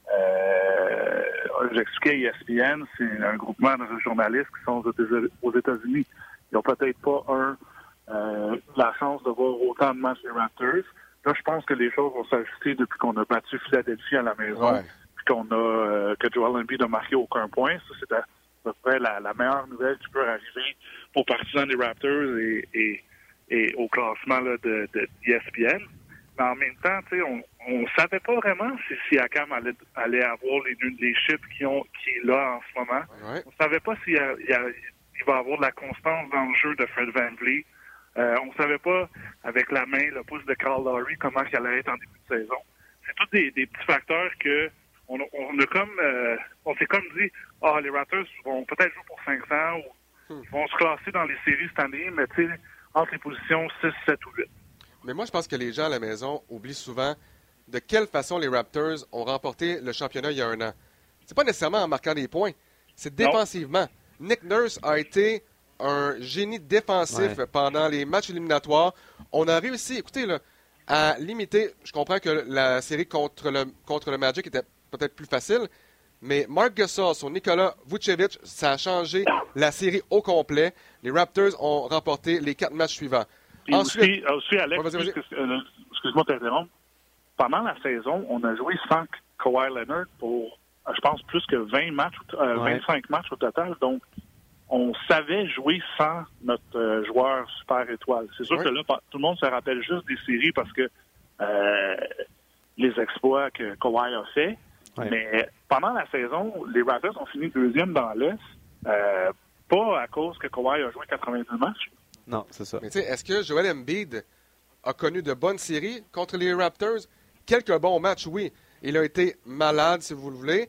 C: Euh, J'expliquais à E S P N, c'est un groupement de journalistes qui sont aux États-Unis. Ils n'ont peut-être pas un euh, la chance de voir autant de matchs des Raptors. Là, je pense que les choses vont s'ajuster depuis qu'on a battu Philadelphie à la maison, ouais. puis qu'on a euh, que Joel Embiid n'a marqué aucun point. Ça, c'est à, à peu près la, la meilleure nouvelle qui peut arriver aux partisans des Raptors et, et, et au classement là, de, de E S P N. Mais en même temps, tu sais, on ne savait pas vraiment si Siakam allait, allait avoir les, les chiffres qu'il qu a en ce moment.
A: Ouais.
C: On ne savait pas s'il y a, il, y a, il va avoir de la constance dans le jeu de Fred VanVleet. Euh, on ne savait pas, avec la main, le pouce de Kyle Lowry, comment il allait être en début de saison. C'est tous des, des petits facteurs que on, on a comme euh, on s'est comme dit, ah, les Raptors vont peut-être jouer pour cinq cents ou hmm. ils vont se classer dans les séries cette année, mais tu sais, entre les positions six, sept ou huit.
A: Mais moi, je pense que les gens à la maison oublient souvent de quelle façon les Raptors ont remporté le championnat il y a un an. C'est pas nécessairement en marquant des points, c'est défensivement. Non. Nick Nurse a été un génie défensif ouais. pendant les matchs éliminatoires. On a réussi, écoutez, là, à limiter. Je comprends que la série contre le, contre le Magic était peut-être plus facile, mais Marc Gasol sur Nikola Vucevic, ça a changé la série au complet. Les Raptors ont remporté les quatre matchs suivants.
C: Et Ensuite, aussi, aussi, Alex, ouais, vas-y, vas-y. Euh, excuse-moi de t'interrompre. Pendant la saison, on a joué sans Kawhi Leonard pour, je pense, plus que vingt matchs, euh, ouais. vingt-cinq matchs au total. Donc, on savait jouer sans notre euh, joueur super étoile. C'est sûr ouais. que là, tout le monde se rappelle juste des séries parce que euh, les exploits que Kawhi a fait. Ouais. Mais pendant la saison, les Raptors ont fini deuxième dans l'Est, euh, pas à cause que Kawhi a joué quatre-vingt-deux matchs.
B: Non, c'est ça.
A: Mais tu sais, est-ce que Joel Embiid a connu de bonnes séries contre les Raptors? Quelques bons matchs, oui. Il a été malade, si vous le voulez.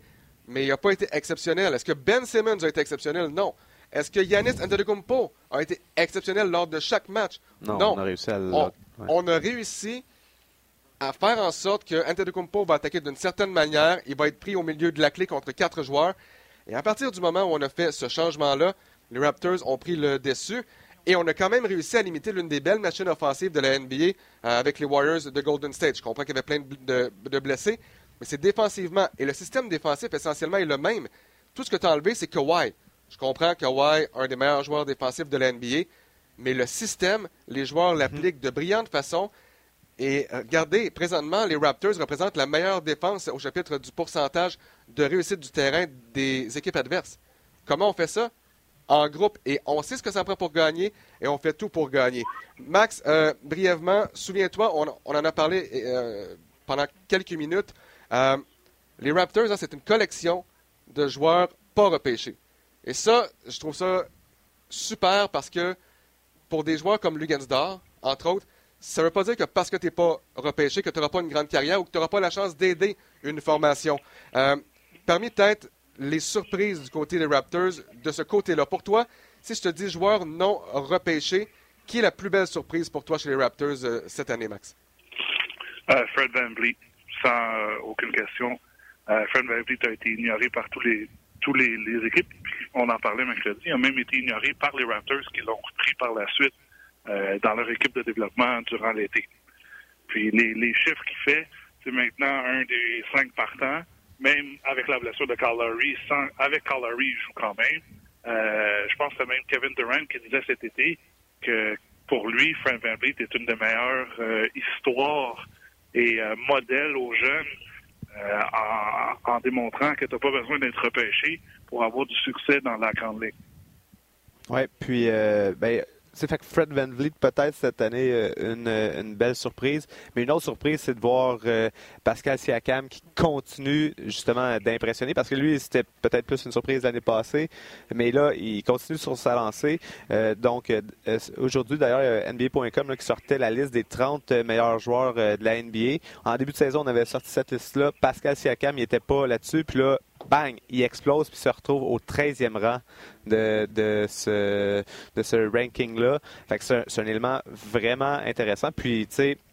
A: mais il n'a pas été exceptionnel. Est-ce que Ben Simmons a été exceptionnel? Non. Est-ce que Giannis Antetokounmpo a été exceptionnel lors de chaque match?
B: Non,
A: non.
B: on a réussi à le...
A: on,
B: ouais.
A: on a réussi à faire en sorte que Antetokounmpo va attaquer d'une certaine manière. Il va être pris au milieu de la clé contre quatre joueurs. Et à partir du moment où on a fait ce changement-là, les Raptors ont pris le dessus. Et on a quand même réussi à limiter l'une des belles machines offensives de la N B A euh, avec les Warriors de Golden State. Je comprends qu'il y avait plein de, de, de blessés, mais c'est défensivement. Et le système défensif, essentiellement, est le même. Tout ce que tu as enlevé, c'est Kawhi. Je comprends que Kawhi, un des meilleurs joueurs défensifs de la N B A, mais le système, les joueurs l'appliquent de brillante façon. Et regardez, présentement, les Raptors représentent la meilleure défense au chapitre du pourcentage de réussite du terrain des équipes adverses. Comment on fait ça? En groupe, et on sait ce que ça prend pour gagner, et on fait tout pour gagner. Max, euh, brièvement, souviens-toi, on, on en a parlé euh, pendant quelques minutes. Euh, les Raptors, hein, c'est une collection de joueurs pas repêchés. Et ça, je trouve ça super parce que pour des joueurs comme Luguensdor, entre autres, ça ne veut pas dire que parce que tu n'es pas repêché, que tu n'auras pas une grande carrière ou que tu n'auras pas la chance d'aider une formation. Euh, parmi peut-être les surprises du côté des Raptors, de ce côté-là. Pour toi, si je te dis joueur non repêché, qui est la plus belle surprise pour toi chez les Raptors euh, cette année, Max?
C: Euh, Fred VanVleet, sans euh, aucune question. Euh, Fred VanVleet a été ignoré par tous les tous les, les équipes. Puis on en parlait mercredi. Il a même été ignoré par les Raptors qui l'ont repris par la suite euh, dans leur équipe de développement durant l'été. Puis les, les chiffres qu'il fait, c'est maintenant un des cinq partants. Même avec la blessure de Kyle Lowry, sans, avec Kyle Lowry, il joue quand même. Euh, je pense que c'est même Kevin Durant qui disait cet été que pour lui, Fred VanVleet est une des meilleures euh, histoires et euh, modèles aux jeunes euh, en, en démontrant que tu n'as pas besoin d'être repêché pour avoir du succès dans la grande ligue.
B: Oui, puis euh, ben, c'est fait que Fred VanVleet, peut-être cette année, une, une belle surprise. Mais une autre surprise, c'est de voir euh, Pascal Siakam qui continue justement d'impressionner. Parce que lui, c'était peut-être plus une surprise l'année passée. Mais là, il continue sur sa lancée. Euh, donc, euh, aujourd'hui, d'ailleurs, N B A point com là, qui sortait la liste des trente meilleurs joueurs euh, de la N B A. En début de saison, on avait sorti cette liste-là. Pascal Siakam, il n'était pas là-dessus. Puis là, bang, il explose puis se retrouve au treizième rang de, de ce, de ce ranking-là. Fait que c'est un, c'est un élément vraiment intéressant. Puis, tu sais,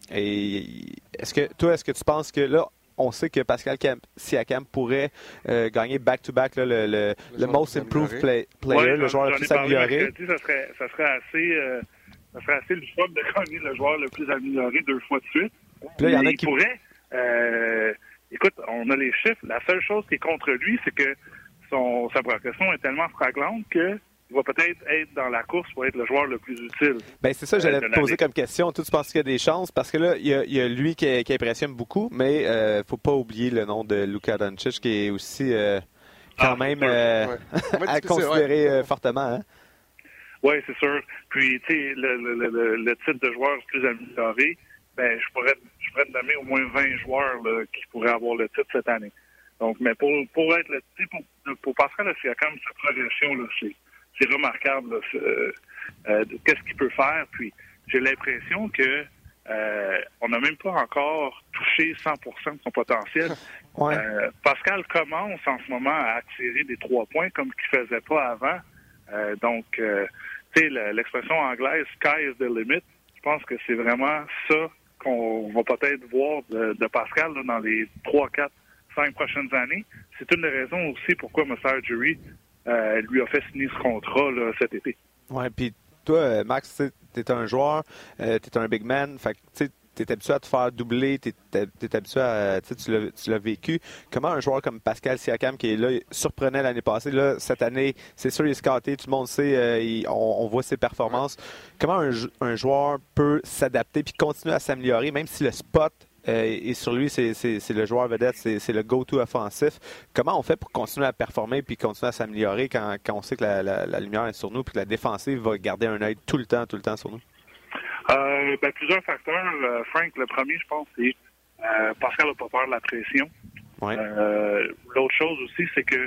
B: est-ce que toi, est-ce que tu penses que là, on sait que Pascal Siakam pourrait euh, gagner back-to-back là, le, le, le, le Most Improved play, Player,
C: ouais,
B: le joueur le plus amélioré?
C: Ça serait, ça serait assez... Euh, ça serait assez le fun de gagner le joueur le plus amélioré deux fois de suite.
B: Puis là, il y en a
C: il
B: qui...
C: pourrait... Euh, Écoute, on a les chiffres. La seule chose qui est contre lui, c'est que son, sa progression est tellement flagrante qu'il va peut-être être dans la course pour être le joueur le plus utile.
B: Bien, c'est ça que j'allais te poser comme question. Toi, tu penses qu'il y a des chances? Parce que là, il y a, il y a lui qui, qui impressionne beaucoup, mais il euh, ne faut pas oublier le nom de Luka Doncic qui est aussi euh, quand ah, même euh, ouais. à considérer ouais. euh, fortement. Hein?
C: Oui, c'est sûr. Puis, tu sais, le, le, le, le titre de joueur le plus amélioré, ben, je pourrais, je pourrais te nommer au moins vingt joueurs là, qui pourraient avoir le titre cette année. Donc, mais pour, pour être le pour, pour Pascal Siakam, sa progression, là, c'est, c'est remarquable. Là, c'est, euh, qu'est-ce qu'il peut faire? Puis, j'ai l'impression que euh, on n'a même pas encore touché cent pour cent de son potentiel. Ouais. Euh, Pascal commence en ce moment à attirer des trois points comme qu'il ne faisait pas avant. Euh, donc, euh, tu sais, l'expression anglaise « sky is the limit », je pense que c'est vraiment ça qu'on va peut-être voir de, de Pascal là, dans les trois, quatre, cinq prochaines années. C'est une des raisons aussi pourquoi Masai Ujiri euh, lui a fait signer ce contrat là, cet été.
B: Oui, puis toi, Max, tu es un joueur, euh, tu es un big man, fait tu sais, tu es habitué à te faire doubler, tu es habitué à... Tu l'as, tu l'as vécu. Comment un joueur comme Pascal Siakam, qui est là, surprenait l'année passée, là, cette année, c'est sûr, il est scouté, tout le monde sait, euh, il, on, on voit ses performances. Comment un, un joueur peut s'adapter puis continuer à s'améliorer, même si le spot euh, est sur lui, c'est, c'est, c'est le joueur vedette, c'est, c'est le go-to offensif. Comment on fait pour continuer à performer puis continuer à s'améliorer quand, quand on sait que la, la, la lumière est sur nous puis que la défensive va garder un œil tout le temps, tout le temps sur nous?
C: Euh, ben, plusieurs facteurs. Euh, Frank, le premier, je pense, c'est euh, Pascal n'a pas peur de la pression.
B: Ouais.
C: Euh, l'autre chose aussi, c'est que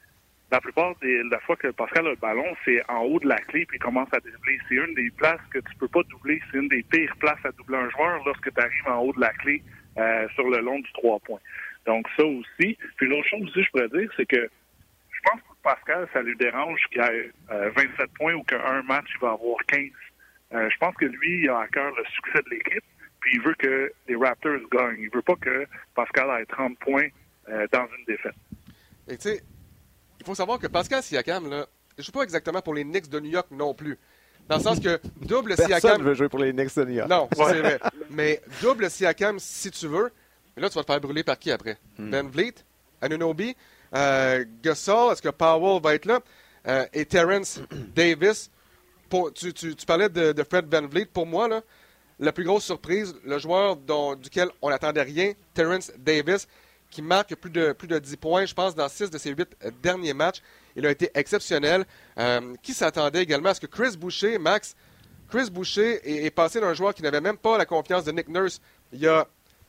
C: la plupart des la fois que Pascal a le ballon, c'est en haut de la clé puis il commence à dribbler. C'est une des places que tu peux pas doubler. C'est une des pires places à doubler un joueur lorsque tu arrives en haut de la clé euh, sur le long du trois points. Donc, ça aussi. Puis l'autre chose aussi, je pourrais dire, c'est que je pense que Pascal, ça lui dérange qu'il ait euh, vingt-sept points ou qu'un match, il va avoir quinze. Euh, je pense que lui, il a à cœur le succès de l'équipe, puis il veut que les Raptors gagnent. Il veut pas que Pascal ait trente points euh, dans une défaite.
A: Et tu sais, il faut savoir que Pascal Siakam, là, il joue pas exactement pour les Knicks de New York non plus. Dans le sens que double
B: Personne
A: Siakam...
B: Personne veut jouer pour les Knicks de New York.
A: Non, ça, c'est vrai. Mais double Siakam, si tu veux, mais là, tu vas te faire brûler par qui après? Hmm. Van Vliet, Anunoby, euh, Gasol, est-ce que Powell va être là? Euh, et Terrence Davis. Pour, tu, tu, tu parlais de, de Fred Van Vliet. Pour moi, là, la plus grosse surprise, le joueur dont, duquel on n'attendait rien, Terrence Davis, qui marque plus de, plus de dix points, je pense, dans six de ses huit derniers matchs. Il a été exceptionnel. Euh, qui s'attendait également à ce que Chris Boucher, Max, Chris Boucher est, est passé d'un joueur qui n'avait même pas la confiance de Nick Nurse il y a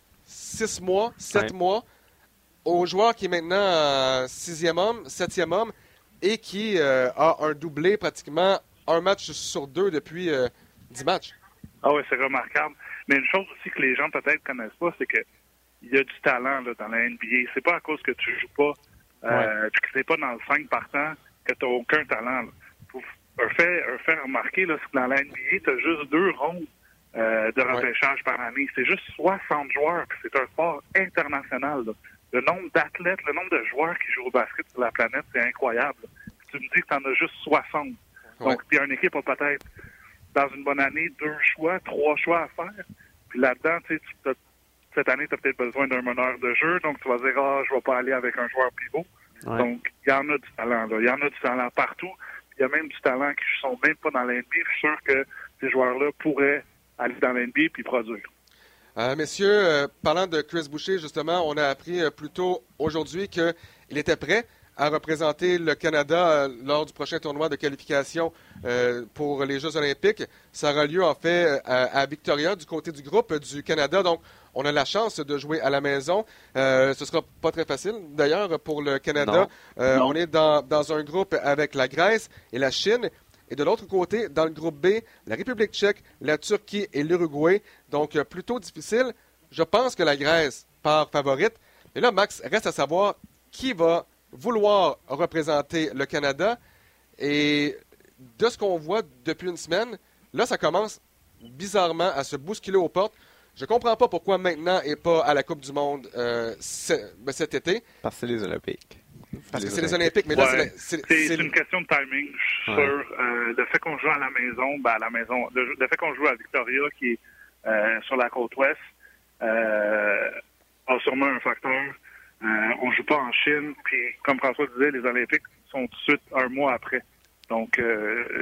A: six mois, sept ouais. mois, au joueur qui est maintenant sixième homme, septième homme, et qui euh, a un doublé pratiquement un match sur deux depuis euh, dix matchs.
C: Ah oui, c'est remarquable. Mais une chose aussi que les gens peut-être connaissent pas, c'est que il y a du talent là, dans la N B A. C'est pas à cause que tu joues pas euh, ouais. puis que c'est pas dans le cinq partants que tu n'as aucun talent. Là. Pour un fait, un fait remarqué, là, c'est que dans la N B A, tu as juste deux rondes euh, de repêchage ouais. par année. C'est juste soixante joueurs, puis c'est un sport international. Là. Le nombre d'athlètes, le nombre de joueurs qui jouent au basket sur la planète, c'est incroyable. Tu me dis que tu en as juste soixante. Ouais. Donc, puis une équipe a peut-être, dans une bonne année, deux choix, trois choix à faire. Puis là-dedans, tu sais, tu cette année, tu as peut-être besoin d'un meneur de jeu, donc tu vas dire, ah, je vais pas aller avec un joueur pivot. Ouais. Donc, il y en a du talent, là. Il y en a du talent partout. Il y a même du talent qui ne sont même pas dans l'N B A. Je suis sûr que ces joueurs-là pourraient aller dans l'N B A puis produire.
A: Euh, messieurs, euh, parlant de Chris Boucher, justement, on a appris euh, plus tôt aujourd'hui qu'il était prêt à représenter le Canada euh, lors du prochain tournoi de qualification euh, pour les Jeux olympiques. Ça aura lieu, en fait, à, à Victoria, du côté du groupe du Canada. Donc, on a la chance de jouer à la maison. Euh, ce ne sera pas très facile, d'ailleurs, pour le Canada.
B: Non.
A: Euh,
B: non.
A: On est dans, dans un groupe avec la Grèce et la Chine. Et de l'autre côté, dans le groupe B, la République tchèque, la Turquie et l'Uruguay. Donc, euh, plutôt difficile. Je pense que la Grèce part favorite. Et là, Max, reste à savoir qui va vouloir représenter le Canada. Et de ce qu'on voit depuis une semaine, là, ça commence bizarrement à se bousculer aux portes. Je comprends pas pourquoi maintenant et pas à la Coupe du Monde euh, cet été.
B: Parce que c'est les Olympiques.
A: Parce que c'est les Olympiques, mais là,
C: ouais.
A: c'est...
C: C'est, c'est une question de timing. Je suis ouais. sûr. Euh, le fait qu'on joue à la maison, ben à la maison, le, le fait qu'on joue à Victoria, qui est euh, sur la côte ouest, euh, a sûrement un facteur. Euh, on joue pas en Chine, puis comme François disait, les Olympiques sont tout de suite un mois après. Donc, euh,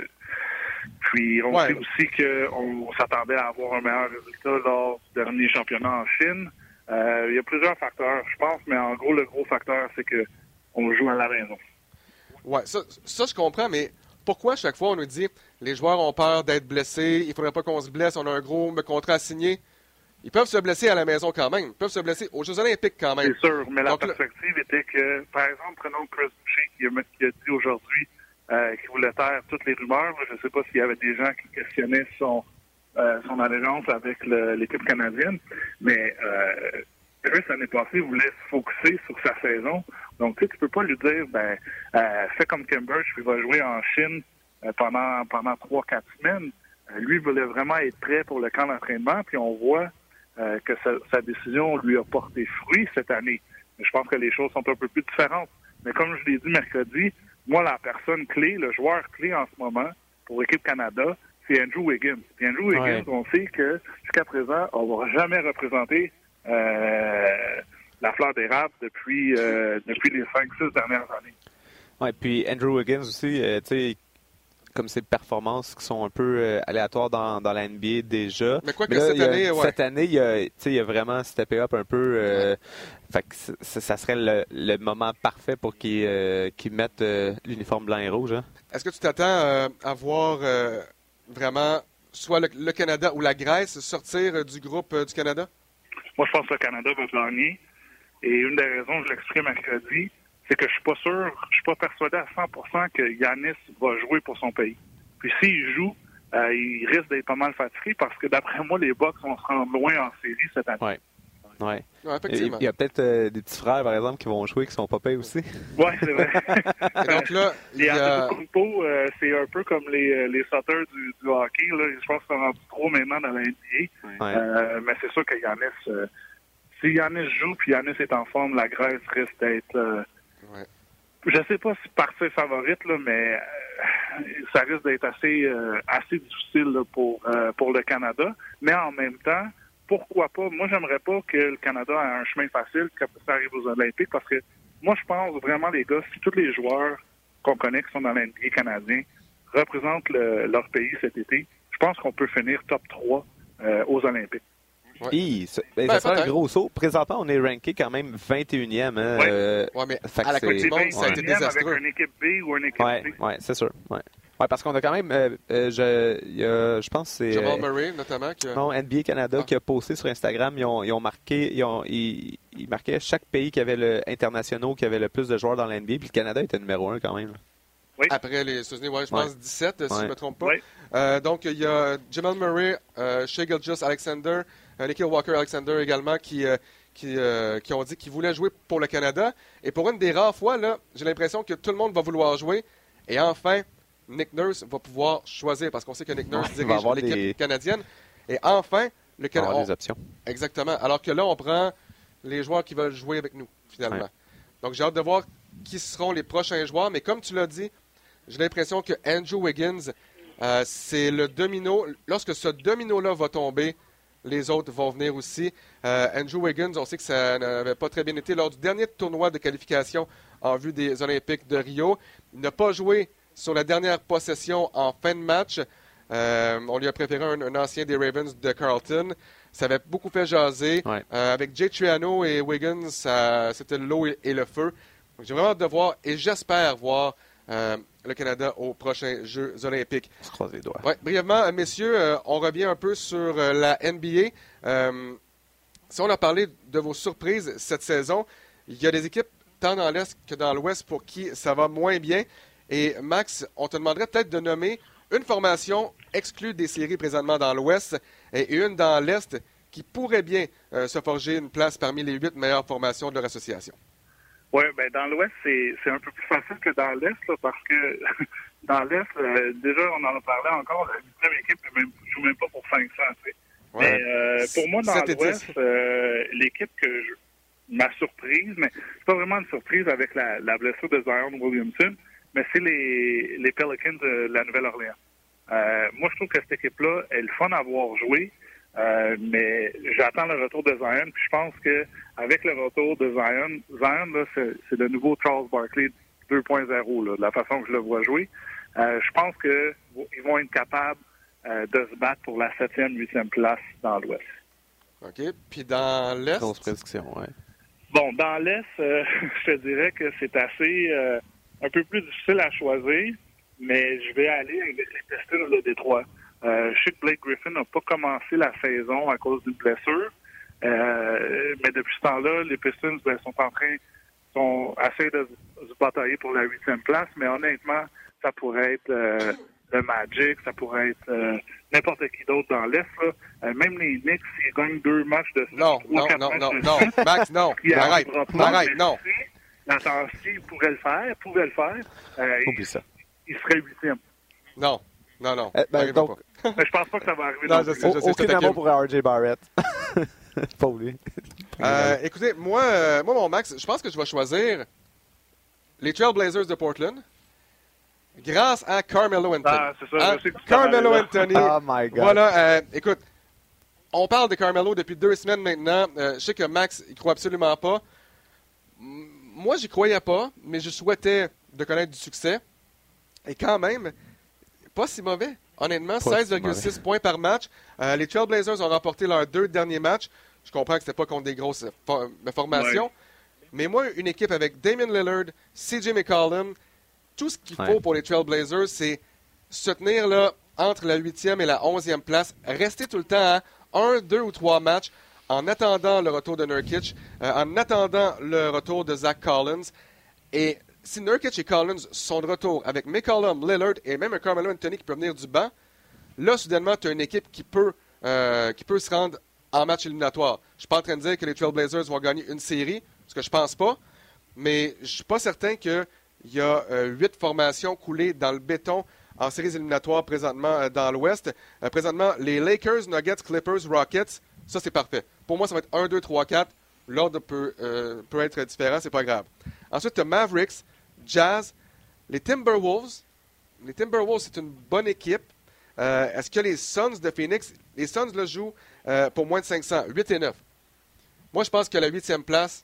C: puis on ouais. sait aussi qu'on s'attendait à avoir un meilleur résultat lors du dernier championnat en Chine. Euh, il y a plusieurs facteurs, je pense, mais en gros, le gros facteur, c'est que on joue à la maison.
A: Oui, ça, ça, je comprends, mais pourquoi à chaque fois on nous dit les joueurs ont peur d'être blessés, il ne faudrait pas qu'on se blesse, on a un gros contrat à signer? Ils peuvent se blesser à la maison quand même. Ils peuvent se blesser aux Jeux olympiques quand même.
C: C'est sûr, mais
A: Donc,
C: la perspective là... était que, par exemple, prenons Chris Boucher qui a, qui a dit aujourd'hui euh, qu'il voulait taire toutes les rumeurs. Je ne sais pas s'il y avait des gens qui questionnaient son, euh, son allégeance avec le, l'équipe canadienne, mais euh, Chris, l'année passée, voulait se focusser sur sa saison. Donc, tu sais, tu peux pas lui dire, ben, euh, fais comme Cambridge, puis va jouer en Chine euh, pendant pendant trois, quatre semaines. Euh, lui, il voulait vraiment être prêt pour le camp d'entraînement, puis on voit euh, que sa, sa décision lui a porté fruit cette année. Mais je pense que les choses sont un peu plus différentes. Mais comme je l'ai dit mercredi, moi, la personne clé, le joueur clé en ce moment pour l'équipe Canada, c'est Andrew Wiggins. Puis Andrew Wiggins, ouais. on sait que jusqu'à présent, on va jamais représenter euh, la fleur d'érable depuis, euh, depuis les cinq six dernières années.
B: Oui, puis Andrew Wiggins aussi, euh, tu sais, comme ses performances qui sont un peu euh, aléatoires dans, dans la N B A déjà.
A: Mais quoi que cette,
B: là,
A: année,
B: a,
A: ouais.
B: cette année, il a, il a vraiment steppé up un peu. Euh, ouais. Fait que ça, ça serait le, le moment parfait pour qu'il, euh, qu'il mette euh, l'uniforme blanc et rouge. Hein.
A: Est-ce que tu t'attends euh, à voir euh, vraiment soit le, le Canada ou la Grèce sortir du groupe euh, du Canada?
C: Moi, je pense que le Canada va gagner. Et une des raisons, je l'exprime mercredi, c'est que je suis pas sûr, je suis pas persuadé à cent pour cent que Giannis va jouer pour son pays. Puis s'il joue, euh, il risque d'être pas mal fatigué parce que d'après moi, les Bucks vont se rendre loin en série cette année.
B: Ouais. Ouais.
A: Ouais, effectivement.
B: Il y a peut-être euh, des petits frères, par exemple, qui vont jouer, qui sont pas payés aussi.
C: Oui, c'est vrai.
A: Et donc là, il y
C: Les
A: a...
C: Antetokounmpo, euh, c'est un peu comme les, les sauteurs du, du hockey. Là. Je pense qu'ils sont rendus trop maintenant dans la N B A.
B: Ouais.
C: Euh, mais c'est sûr que Giannis, euh, si Giannis joue puis Giannis est en forme, la Grèce risque d'être... Euh,
A: ouais.
C: Je sais pas si partie favorite, là, mais euh, ça risque d'être assez euh, assez difficile là, pour euh, pour le Canada. Mais en même temps, pourquoi pas? Moi, j'aimerais pas que le Canada ait un chemin facile quand ça arrive aux Olympiques, parce que moi, je pense vraiment, les gars, si tous les joueurs qu'on connaît qui sont dans l'N B A canadien représentent le, leur pays cet été, je pense qu'on peut finir top trois euh, aux Olympiques.
B: Ouais. Hi, ça, ben,
A: Ben,
B: ça serait un gros saut. Présentement, on est ranké quand même vingt et unième. Hein,
C: ouais.
B: Euh,
A: ouais, mais
B: à
A: la Coupe du Monde, ça a été désastreux.
C: Avec une équipe B ou une équipe
B: ouais,
C: C.
B: Oui, c'est sûr. Ouais. Ouais, parce qu'on a quand même, euh, euh, je, y a, je pense que c'est...
A: Jamal
B: euh,
A: Murray, notamment. Que...
B: Non, N B A Canada
A: ah.
B: qui a posté sur Instagram, ils ont, ils ont marqué, ils, ont, ils, ils marquaient chaque pays qui avait le internationaux, qui avait le plus de joueurs dans l'N B A, puis le Canada était numéro un quand même.
C: Oui.
A: Après les États-Unis, ouais, je pense
B: ouais.
A: dix-sept, si
B: ouais.
A: je ne me trompe pas.
C: Oui.
A: Euh, donc, il y a Jamal Murray, euh, Shai Gilgeous-Alexander, euh, Nikhil Walker-Alexander également, qui, euh, qui, euh, qui ont dit qu'ils voulaient jouer pour le Canada. Et pour une des rares fois, là, j'ai l'impression que tout le monde va vouloir jouer. Et enfin, Nick Nurse va pouvoir choisir, parce qu'on sait que Nick Nurse
B: ouais,
A: dirige l'équipe
B: des...
A: canadienne. Et enfin, le Canada...
B: On va avoir des options.
A: Exactement. Alors que là, on prend les joueurs qui veulent jouer avec nous, finalement. Ouais. Donc, j'ai hâte de voir qui seront les prochains joueurs. Mais comme tu l'as dit, j'ai l'impression que Andrew Wiggins, euh, c'est le domino. Lorsque ce domino-là va tomber, les autres vont venir aussi. Euh, Andrew Wiggins, on sait que ça n'avait pas très bien été lors du dernier tournoi de qualification en vue des Olympiques de Rio. Il n'a pas joué sur la dernière possession en fin de match. Euh, on lui a préféré un, un ancien des Ravens de Carleton. Ça avait beaucoup fait jaser.
B: Ouais.
A: Euh, avec Jay Triano et Wiggins, ça, c'était l'eau et, et le feu. Donc, j'ai vraiment hâte de voir et j'espère voir euh, le Canada aux prochains Jeux olympiques.
B: On se croise les doigts.
A: Ouais, brièvement, messieurs, euh, on revient un peu sur euh, la N B A. Euh, si on a parlé de vos surprises cette saison, il y a des équipes tant dans l'Est que dans l'Ouest pour qui ça va moins bien. Et Max, on te demanderait peut-être de nommer une formation exclue des séries présentement dans l'Ouest et une dans l'Est qui pourrait bien euh, se forger une place parmi les huit meilleures formations de leur association.
C: Oui, ben dans l'Ouest, c'est, c'est un peu plus facile que dans l'Est, là, parce que dans l'Est, euh, déjà, on en a parlé encore, la huitième équipe ne joue même pas pour cinq cents. Tu sais. Ouais. Mais euh, pour moi, dans l'Ouest, euh, l'équipe que je, ma surprise, mais c'est pas vraiment une surprise avec la, la blessure de Zion Williamson, mais c'est les, les Pelicans de la Nouvelle-Orléans. Euh, moi, je trouve que cette équipe-là est le fun à voir jouer. Euh, mais j'attends le retour de Zion, puis je pense que avec le retour de Zion, Zion, là, c'est, c'est le nouveau Charles Barkley deux point zéro, là, de la façon que je le vois jouer. Euh, je pense qu'ils vont être capables euh, de se battre pour la septième, huitième place dans l'Ouest.
A: OK. Puis dans l'Est?
B: Grosse prédiction, oui.
C: Bon, dans l'Est, euh, je te dirais que c'est assez euh, un peu plus difficile à choisir, mais je vais aller avec les Pistons de Détroit. Euh, je sais que Blake Griffin n'a pas commencé la saison à cause d'une blessure, euh, mais depuis ce temps-là, les Pistons ben, sont en train, sont essayent de se batailler pour la huitième place, mais honnêtement, ça pourrait être euh, le Magic, ça pourrait être euh, n'importe qui d'autre dans l'Est. Là. Euh, même les Knicks, s'ils gagnent deux matchs de suite,
A: non,
C: trois,
A: non, non, non,
C: de
A: non,
C: suite,
A: Max, non, arrête, arrête, non.
C: Attends, s'ils pourraient le faire, pouvaient le faire, euh,
B: Oublie ça.
C: Ils seraient huitième.
A: Non. Non, non.
B: Eh ben, donc,
C: pas. Mais je pense pas que ça va arriver.
A: Non,
C: non
A: je
C: plus.
A: sais, je sais,
B: aucun amour pour R J Barrett. Pas lui.
A: Euh, écoutez, moi, euh, moi, mon Max, je pense que je vais choisir les Trailblazers de Portland grâce à Carmelo Anthony.
C: Ah, c'est ça.
A: Hein?
C: Je sais que tu
A: Carmelo
C: là.
A: Anthony.
B: Oh my God.
A: Voilà, euh, écoute, on parle de Carmelo depuis deux semaines maintenant. Euh, je sais que Max, il croit absolument pas. M- Moi, j'y croyais pas, mais je souhaitais de connaître du succès. Et quand même, pas si mauvais. Honnêtement, seize virgule six si points par match. Euh, les Trailblazers ont remporté leurs deux derniers matchs. Je comprends que ce n'était pas contre des grosses for- formations. Ouais. Mais moi, une équipe avec Damian Lillard, C J McCollum, tout ce qu'il ouais. faut pour les Trailblazers, c'est se tenir là entre la huitième et la onzième place. Rester tout le temps à un, deux ou trois matchs en attendant le retour de Nurkic, euh, en attendant le retour de Zach Collins. Et si Nurkic et Collins sont de retour avec McCollum, Lillard et même un Carmelo Anthony qui peut venir du banc, là, soudainement, tu as une équipe qui peut, euh, qui peut se rendre en match éliminatoire. Je ne suis pas en train de dire que les Trailblazers vont gagner une série, parce que je pense pas, mais je ne suis pas certain qu'il y a euh, huit formations coulées dans le béton en séries éliminatoires présentement euh, dans l'Ouest. Euh, présentement, les Lakers, Nuggets, Clippers, Rockets, ça c'est parfait. Pour moi, ça va être un, deux, trois, quatre. L'ordre peut, euh, peut être différent, c'est pas grave. Ensuite, tu as Mavericks, Jazz, les Timberwolves. Les Timberwolves, c'est une bonne équipe. Euh, est-ce que les Suns de Phoenix, les Suns là, jouent euh, pour moins de cinq cents, huit et neuf. Moi, je pense que la huitième place,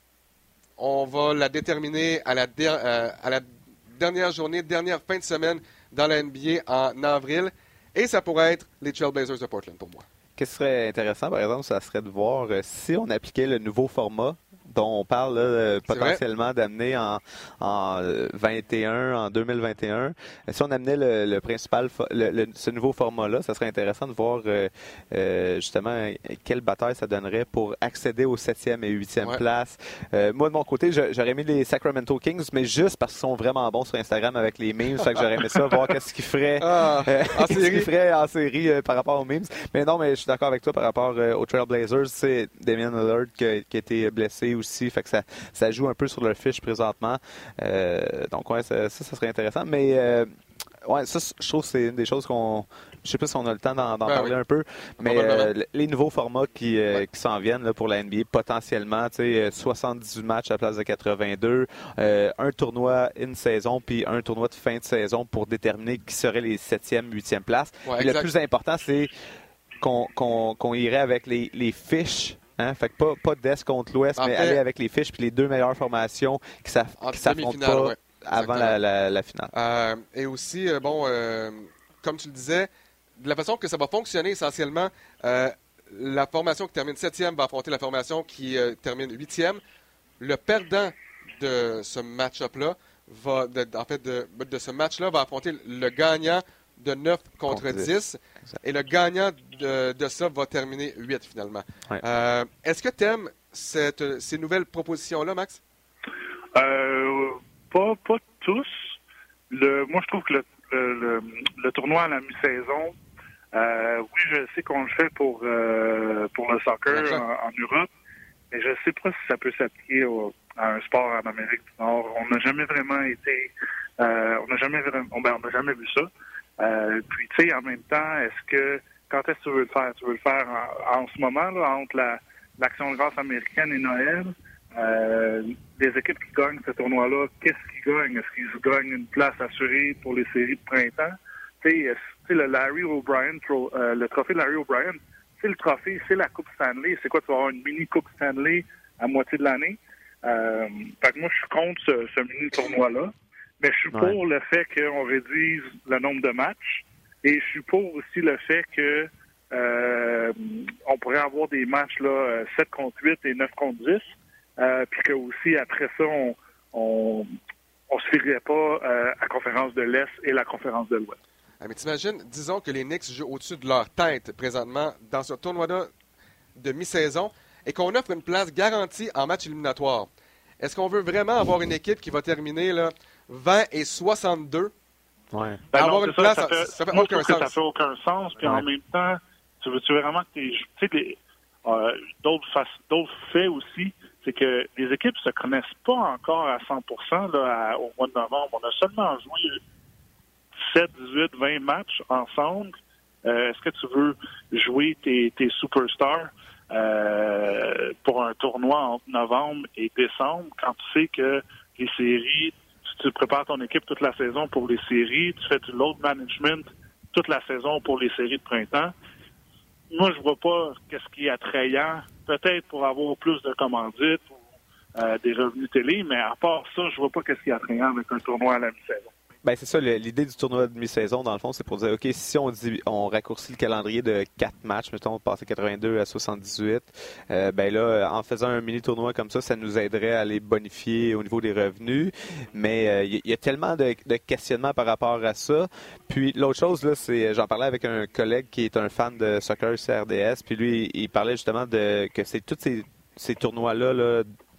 A: on va la déterminer à la, der- euh, à la dernière journée, dernière fin de semaine dans la N B A en avril. Et ça pourrait être les Trailblazers de Portland pour moi.
B: Qu'est-ce qui serait intéressant, par exemple, ça serait de voir euh, si on appliquait le nouveau format dont on parle là, euh, potentiellement d'amener en, en vingt et un, en deux mille vingt et un. Si on amenait le, le principal, le, le, ce nouveau format-là, ça serait intéressant de voir euh, euh, justement quelle bataille ça donnerait pour accéder aux septième et huitième
A: ouais.
B: places. Euh, moi, de mon côté, j'aurais mis les Sacramento Kings, mais juste parce qu'ils sont vraiment bons sur Instagram avec les memes. Fait que j'aurais aimé ça, voir qu'est-ce qu'ils feraient,
A: ah,
B: euh,
A: en,
B: qu'est-ce
A: série.
B: qu'ils feraient en série euh, par rapport aux memes. Mais non, mais je suis d'accord avec toi par rapport euh, aux Trailblazers. C'est Damian Lillard qui, qui a été blessé aussi, fait que ça, ça joue un peu sur leur fiche présentement. Euh, donc ouais, ça, ça, ça serait intéressant. Mais euh, ouais, ça, je trouve que c'est une des choses qu'on... Je sais pas si on a le temps d'en, d'en
A: ben
B: parler
A: oui.
B: un peu, mais euh, les nouveaux formats qui, euh, ouais. qui s'en viennent là, pour la N B A, potentiellement, tu sais, soixante-dix-huit matchs à la place de quatre-vingt-deux, euh, un tournoi une saison, puis un tournoi de fin de saison pour déterminer qui seraient les septième, huitième places.
A: Ouais,
B: le plus important, c'est qu'on, qu'on, qu'on irait avec les, les fiches. Hein? Fait que pas, pas d'Est contre l'Ouest, en mais fait, aller avec les fiches puis les deux meilleures formations qui ne s'affrontent pas ouais, avant la, la, la finale.
A: Euh, et aussi, euh, bon, euh, comme tu le disais, de la façon que ça va fonctionner essentiellement, euh, la formation qui termine septième va affronter la formation qui euh, termine huitième. Le perdant de ce match-up-là va, de, en fait, de, de ce match-là va affronter le gagnant de neuf contre, contre dix. Exact. Et le gagnant de, de ça va terminer huit finalement. Ouais. Euh, est-ce que tu aimes cette, ces nouvelles propositions-là, Max?
C: Euh, pas, pas tous. Le, moi, je trouve que le, le, le, le tournoi à la mi-saison, euh, oui, je sais qu'on le fait pour, euh, pour le soccer en, en Europe, mais je ne sais pas si ça peut s'appliquer au, à un sport en Amérique du Nord. On n'a jamais vraiment été... Euh, on n'a jamais, vraiment, on n'a jamais vu ça. Euh, puis, tu sais, en même temps, est-ce que, quand est-ce que tu veux le faire? Tu veux le faire en, en ce moment, là, entre la, l'Action de grâce américaine et Noël? Euh, les équipes qui gagnent ce tournoi-là, qu'est-ce qu'ils gagnent? Est-ce qu'ils gagnent une place assurée pour les séries de printemps? Tu sais, le Larry O'Brien, euh, le trophée de Larry O'Brien, c'est le trophée, c'est la Coupe Stanley. C'est quoi? Tu vas avoir une mini-Coupe Stanley à moitié de l'année? Euh, fait que moi, je suis contre ce, ce mini-tournoi-là. Mais je suis pour ouais. le fait qu'on réduise le nombre de matchs et je suis pour aussi le fait que euh, on pourrait avoir des matchs là sept contre huit et neuf contre dix, euh, puis que aussi après ça on on, on se fierait pas euh, à la conférence de l'Est et la conférence de l'Ouest.
A: Ah, mais t'imagines, disons que les Knicks jouent au-dessus de leur tête présentement dans ce tournoi-là de mi-saison et qu'on offre une place garantie en match éliminatoire. Est-ce qu'on veut vraiment avoir une équipe qui va terminer là vingt et soixante-deux?
B: Ouais.
C: Ben
A: avoir
C: non,
A: une
C: ça,
A: place,
C: ça, fait,
A: ça fait
C: moi,
A: aucun
C: je trouve
A: sens.
C: que ça fait aucun sens. Puis ouais. en même temps, tu veux, tu veux vraiment que tu sais, les, euh, d'autres, d'autres faits aussi, c'est que les équipes se connaissent pas encore à cent pour cent là, à, au mois de novembre. On a seulement joué sept, dix-huit, vingt matchs ensemble. Euh, est-ce que tu veux jouer tes, tes superstars euh, pour un tournoi entre novembre et décembre quand tu sais que les séries, tu prépares ton équipe toute la saison pour les séries, tu fais du load management toute la saison pour les séries de printemps. Moi, je vois pas qu'est-ce qui est attrayant, peut-être pour avoir plus de commandites ou euh, des revenus télé, mais à part ça, je vois pas qu'est-ce qui est attrayant avec un tournoi à la mi-saison.
B: Ben c'est ça, le, l'idée du tournoi de mi-saison, dans le fond, c'est pour dire, OK, si on dit, on raccourcit le calendrier de quatre matchs, mettons, passer quatre-vingt-deux à soixante-dix-huit, euh, ben là, en faisant un mini-tournoi comme ça, ça nous aiderait à les bonifier au niveau des revenus, mais il euh, y, y a tellement de, de questionnements par rapport à ça. Puis l'autre chose, là, c'est, j'en parlais avec un collègue qui est un fan de soccer C R D S, puis lui, il parlait justement de que c'est tous ces, ces tournois-là, là,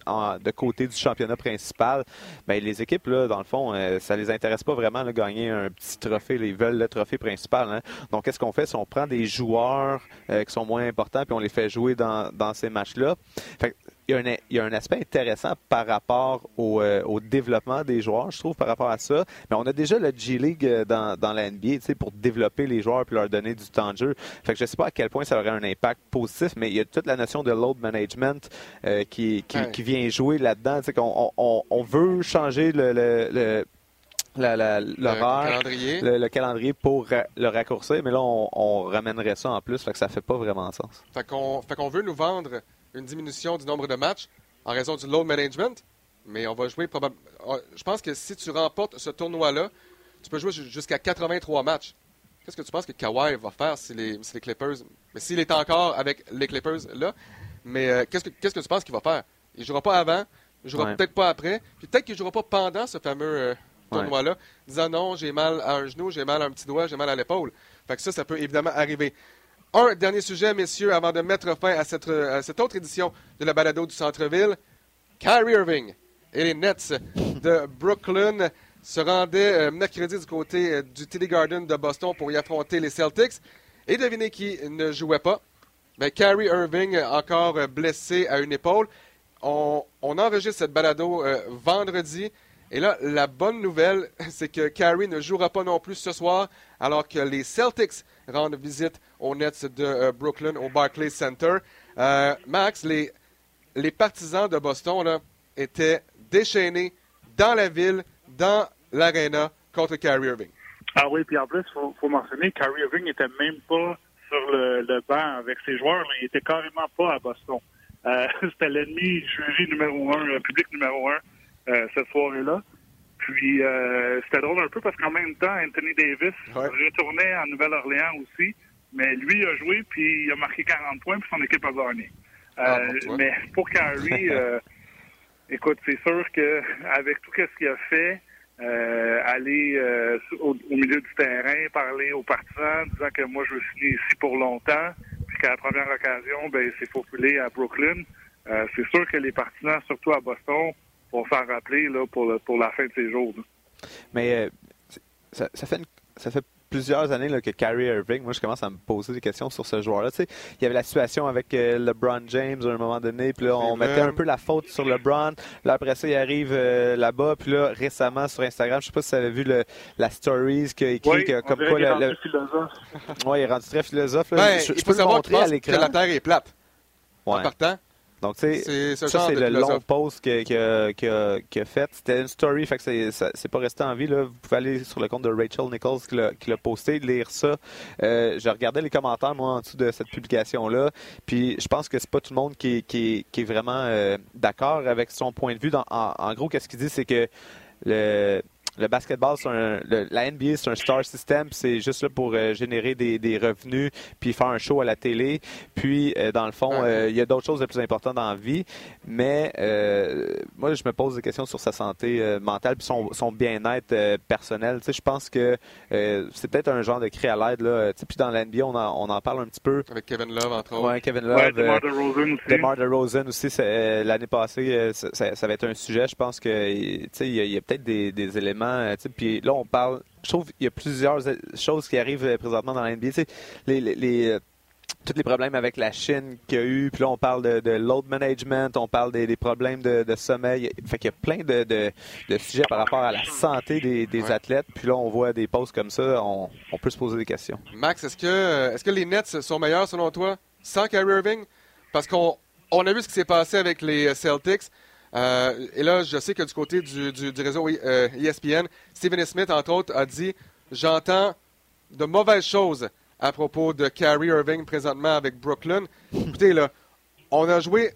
B: en, de côté du championnat principal, ben, les équipes, là, dans le fond, euh, ça les intéresse pas vraiment de gagner un petit trophée. Là, ils veulent le trophée principal. Hein. Donc, qu'est-ce qu'on fait? Si on prend des joueurs euh, qui sont moins importants puis on les fait jouer dans, dans ces matchs-là, fait, il y a un, il y a un aspect intéressant par rapport au, euh, au développement des joueurs, je trouve, par rapport à ça. Mais on a déjà le G-League dans, dans la N B A, tu sais, pour développer les joueurs et leur donner du temps de jeu. Fait que je ne sais pas à quel point ça aurait un impact positif, mais il y a toute la notion de load management euh, qui, qui, ouais. qui vient jouer là-dedans. Tu sais, qu'on on, on veut changer le, le, le La, la, l'horaire,
A: le calendrier.
B: Le, le calendrier pour ra- le raccourcir, mais là, on, on ramènerait ça en plus, fait que ça fait pas vraiment sens.
A: Fait qu'on, fait qu'on veut nous vendre une diminution du nombre de matchs en raison du load management, mais on va jouer probablement... Je pense que si tu remportes ce tournoi-là, tu peux jouer jusqu'à quatre-vingt-trois matchs. Qu'est-ce que tu penses que Kawhi va faire si les, si les Clippers... Mais s'il est encore avec les Clippers, là, mais euh, qu'est-ce, que, qu'est-ce que tu penses qu'il va faire? Il ne jouera pas avant, il ne jouera ouais. peut-être pas après, puis peut-être qu'il ne jouera pas pendant ce fameux... Euh, tournoi-là, ouais. disant non, j'ai mal à un genou, j'ai mal à un petit doigt, j'ai mal à l'épaule. Fait que ça, ça peut évidemment arriver. Un dernier sujet, messieurs, avant de mettre fin à cette, à cette autre édition de la balado du Centre-Ville. Kyrie Irving et les Nets de Brooklyn se rendaient euh, mercredi du côté euh, du T D Garden de Boston pour y affronter les Celtics. Et devinez qui ne jouait pas? Ben, Kyrie Irving, encore euh, blessé à une épaule. On, on enregistre cette balado euh, vendredi. Et là, la bonne nouvelle, c'est que Kyrie ne jouera pas non plus ce soir, alors que les Celtics rendent visite aux Nets de euh, Brooklyn, au Barclays Center. Euh, Max, les, les partisans de Boston là, étaient déchaînés dans la ville, dans l'aréna, contre Kyrie Irving.
C: Ah oui, puis en plus, il faut, faut mentionner que Kyrie Irving n'était même pas sur le, le banc avec ses joueurs. Là. Il était carrément pas à Boston. Euh, c'était l'ennemi juré numéro un, le public numéro un. Euh, cette soirée-là. Puis, euh, c'était drôle un peu parce qu'en même temps, Anthony Davis ouais. retournait en Nouvelle-Orléans aussi, mais lui a joué, puis il a marqué quarante points, puis son équipe a gagné.
A: Ah,
C: euh,
A: bon,
C: mais pour Kyrie, euh, écoute, c'est sûr qu'avec tout ce qu'il a fait, euh, aller euh, au, au milieu du terrain, parler aux partisans, disant que moi, je veux signer ici pour longtemps, puis qu'à la première occasion, ben, c'est faufilé à Brooklyn. Euh, c'est sûr que les partisans, surtout à Boston, vont s'en rappeler là, pour, le, pour la fin de ces jours. Là.
B: Mais euh, ça, ça, fait une, ça fait plusieurs années là, que Kyrie Irving, moi je commence à me poser des questions sur ce joueur-là. Tu sais, il y avait la situation avec euh, LeBron James à un moment donné, puis là on mettait un peu la faute sur LeBron. Là après ça, il arrive euh, là-bas, puis là récemment sur Instagram, je sais pas si vous avez vu le, la stories qu'il a écrit,
C: oui,
B: que, comme quoi
C: il est
B: le,
C: rendu
B: le...
C: philosophe.
B: Oui, il est rendu très philosophe. Là.
A: Ben,
B: je,
A: il
B: je
A: faut
B: peux
A: savoir
B: montrer à l'écran
A: que la Terre est plate.
B: Ouais.
A: En partant.
B: Donc, tu sais,
A: c'est, c'est
B: ça, c'est le
A: philosophe.
B: long post qu'il que, que, que, que fait. C'était une story, fait que c'est, ça, c'est pas resté en vie. Là. Vous pouvez aller sur le compte de Rachel Nichols qui l'a, qui l'a posté, lire ça. Euh, je regardais les commentaires, moi, en dessous de cette publication-là. Puis, je pense que c'est pas tout le monde qui, qui, qui est vraiment euh, d'accord avec son point de vue. Dans, en, en gros, qu'est-ce qu'il dit, c'est que le... Le basketball, c'est un, le, la N B A, c'est un star system. C'est juste là pour euh, générer des, des revenus puis faire un show à la télé. Puis, euh, dans le fond, euh, il y a d'autres choses de plus importantes dans la vie. Mais euh, moi, je me pose des questions sur sa santé euh, mentale puis son, son bien-être euh, personnel. Tu sais, je pense que euh, c'est peut-être un genre de cri à l'aide. Là. Tu sais, puis dans la N B A, on en, on en parle un petit peu.
A: Avec Kevin Love, entre autres.
B: Ouais, Kevin Love.
C: Ouais, DeMar DeRozan aussi.
B: DeMar DeRozan aussi. C'est, euh, l'année passée, euh, ça, ça, ça va être un sujet. Je pense que, tu sais, il y, y a peut-être des, des éléments. Puis là, on parle. Je trouve qu'il y a plusieurs choses qui arrivent présentement dans la N B A. Tu sais, les, les, les, tous les problèmes avec la Chine qu'il y a eu. Puis là, on parle de, de load management, on parle des, des problèmes de, de sommeil. Fait qu'il y a plein de, de, de sujets par rapport à la santé des, des ouais. athlètes. Puis là, on voit des posts comme ça. On, on peut se poser des questions.
A: Max, est-ce que, est-ce que les Nets sont meilleurs selon toi sans Kyrie Irving? Parce qu'on on a vu ce qui s'est passé avec les Celtics. Euh, et là, je sais que du côté du, du, du réseau euh, E S P N, Stephen A. Smith, entre autres, a dit « J'entends de mauvaises choses à propos de Kyrie Irving présentement avec Brooklyn. » Écoutez, là, on a joué,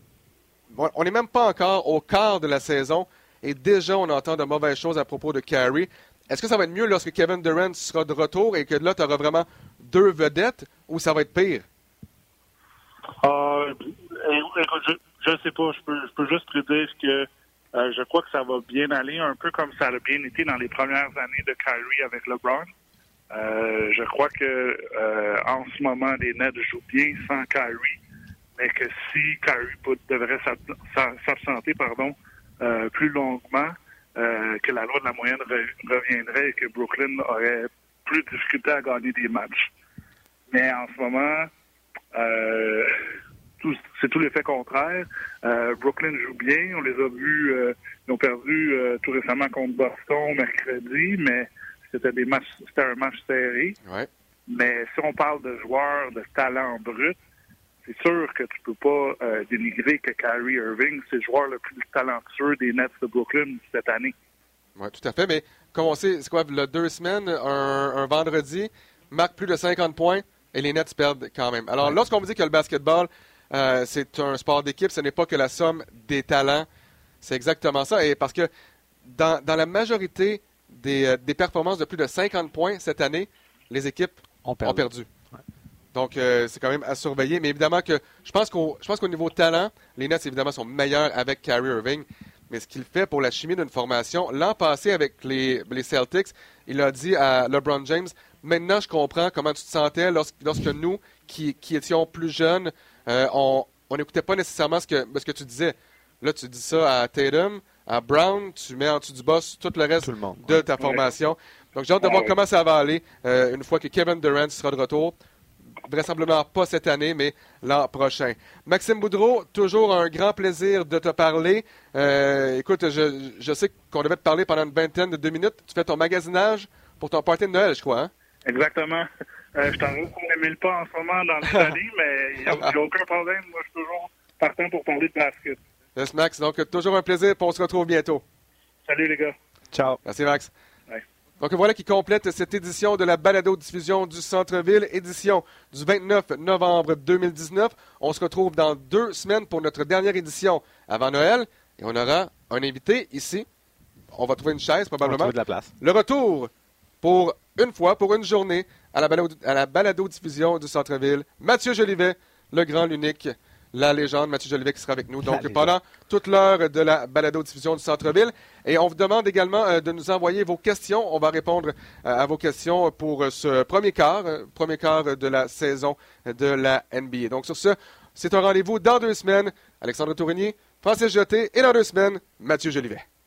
A: on n'est même pas encore au quart de la saison et déjà on entend de mauvaises choses à propos de Kyrie. Est-ce que ça va être mieux lorsque Kevin Durant sera de retour et que là, tu auras vraiment deux vedettes ou ça va être pire?
C: Euh, écoute, je... Je sais pas, je peux, je peux juste te dire que euh, je crois que ça va bien aller, un peu comme ça a bien été dans les premières années de Kyrie avec LeBron. Euh, je crois que euh, en ce moment, les Nets jouent bien sans Kyrie. mais que si Kyrie Putt devrait s'absenter pardon, euh, plus longuement, euh, que la loi de la moyenne re- reviendrait et que Brooklyn aurait plus de difficulté à gagner des matchs. Mais en ce moment, euh, tout, c'est tout l'effet contraire. Euh, Brooklyn joue bien. On les a vus, euh, ils ont perdu euh, tout récemment contre Boston mercredi, mais c'était des matchs, c'était un match serré.
A: Ouais.
C: Mais si on parle de joueurs de talent brut, c'est sûr que tu peux pas euh, dénigrer que Kyrie Irving, c'est le joueur le plus talentueux des Nets de Brooklyn cette année.
A: Oui, tout à fait. Mais comme on sait, c'est quoi, il y a deux semaines, un, un vendredi, marque plus de cinquante points et les Nets perdent quand même. Alors, ouais. Lorsqu'on vous dit que le basketball, euh, c'est un sport d'équipe, ce n'est pas que la somme des talents. C'est exactement ça. Et parce que dans, dans la majorité des, euh, des performances de plus de cinquante points cette année, les équipes ont perdu. Ont perdu. Ouais. Donc, euh, c'est quand même à surveiller. Mais évidemment que je pense qu'au, je pense qu'au niveau talent, les Nets, évidemment, sont meilleurs avec Kyrie Irving. Mais ce qu'il fait pour la chimie d'une formation, l'an passé avec les, les Celtics, il a dit à LeBron James, maintenant je comprends comment tu te sentais lorsque, lorsque nous, qui, qui étions plus jeunes, euh, on n'écoutait pas nécessairement ce que, ce que tu disais. Là, tu dis ça à Tatum, à Brown, tu mets en dessous du boss tout le reste tout le monde, de ouais. ta formation. Donc j'ai hâte de voir comment ça va aller euh, une fois que Kevin Durant sera de retour. Vraisemblablement pas cette année, mais l'an prochain. Maxime Boudreau, toujours un grand plaisir de te parler. Euh, écoute, je, je sais qu'on devait te parler pendant une vingtaine de deux minutes. Tu fais ton magasinage pour ton party de Noël, je crois, hein? Exactement. Euh, je t'en veux qu'on ne mille pas en ce moment dans l'Italie, mais il n'y a, a aucun problème. Moi, je suis toujours partant pour parler de basket. Yes, Max. Donc, toujours un plaisir, puis on se retrouve bientôt. Salut, les gars. Ciao. Merci, Max. Ouais. Donc voilà qui complète cette édition de la balado-diffusion du Centre-Ville, édition du vingt-neuf novembre deux mille dix-neuf. On se retrouve dans deux semaines pour notre dernière édition avant Noël et on aura un invité ici. On va trouver une chaise probablement. On va trouver de la place. Le retour pour une fois, pour une journée, à la, balado, à la balado-diffusion du Centre-Ville. Mathieu Jolivet, le grand, l'unique, la légende, Mathieu Jolivet qui sera avec nous donc pendant toute l'heure de la balado-diffusion du Centre-Ville. Et on vous demande également euh, de nous envoyer vos questions. On va répondre euh, à vos questions pour euh, ce premier quart, euh, premier quart de la saison de la N B A. Donc sur ce, c'est un rendez-vous dans deux semaines. Alexandre Tourigny, Francis Jeté et dans deux semaines, Mathieu Jolivet.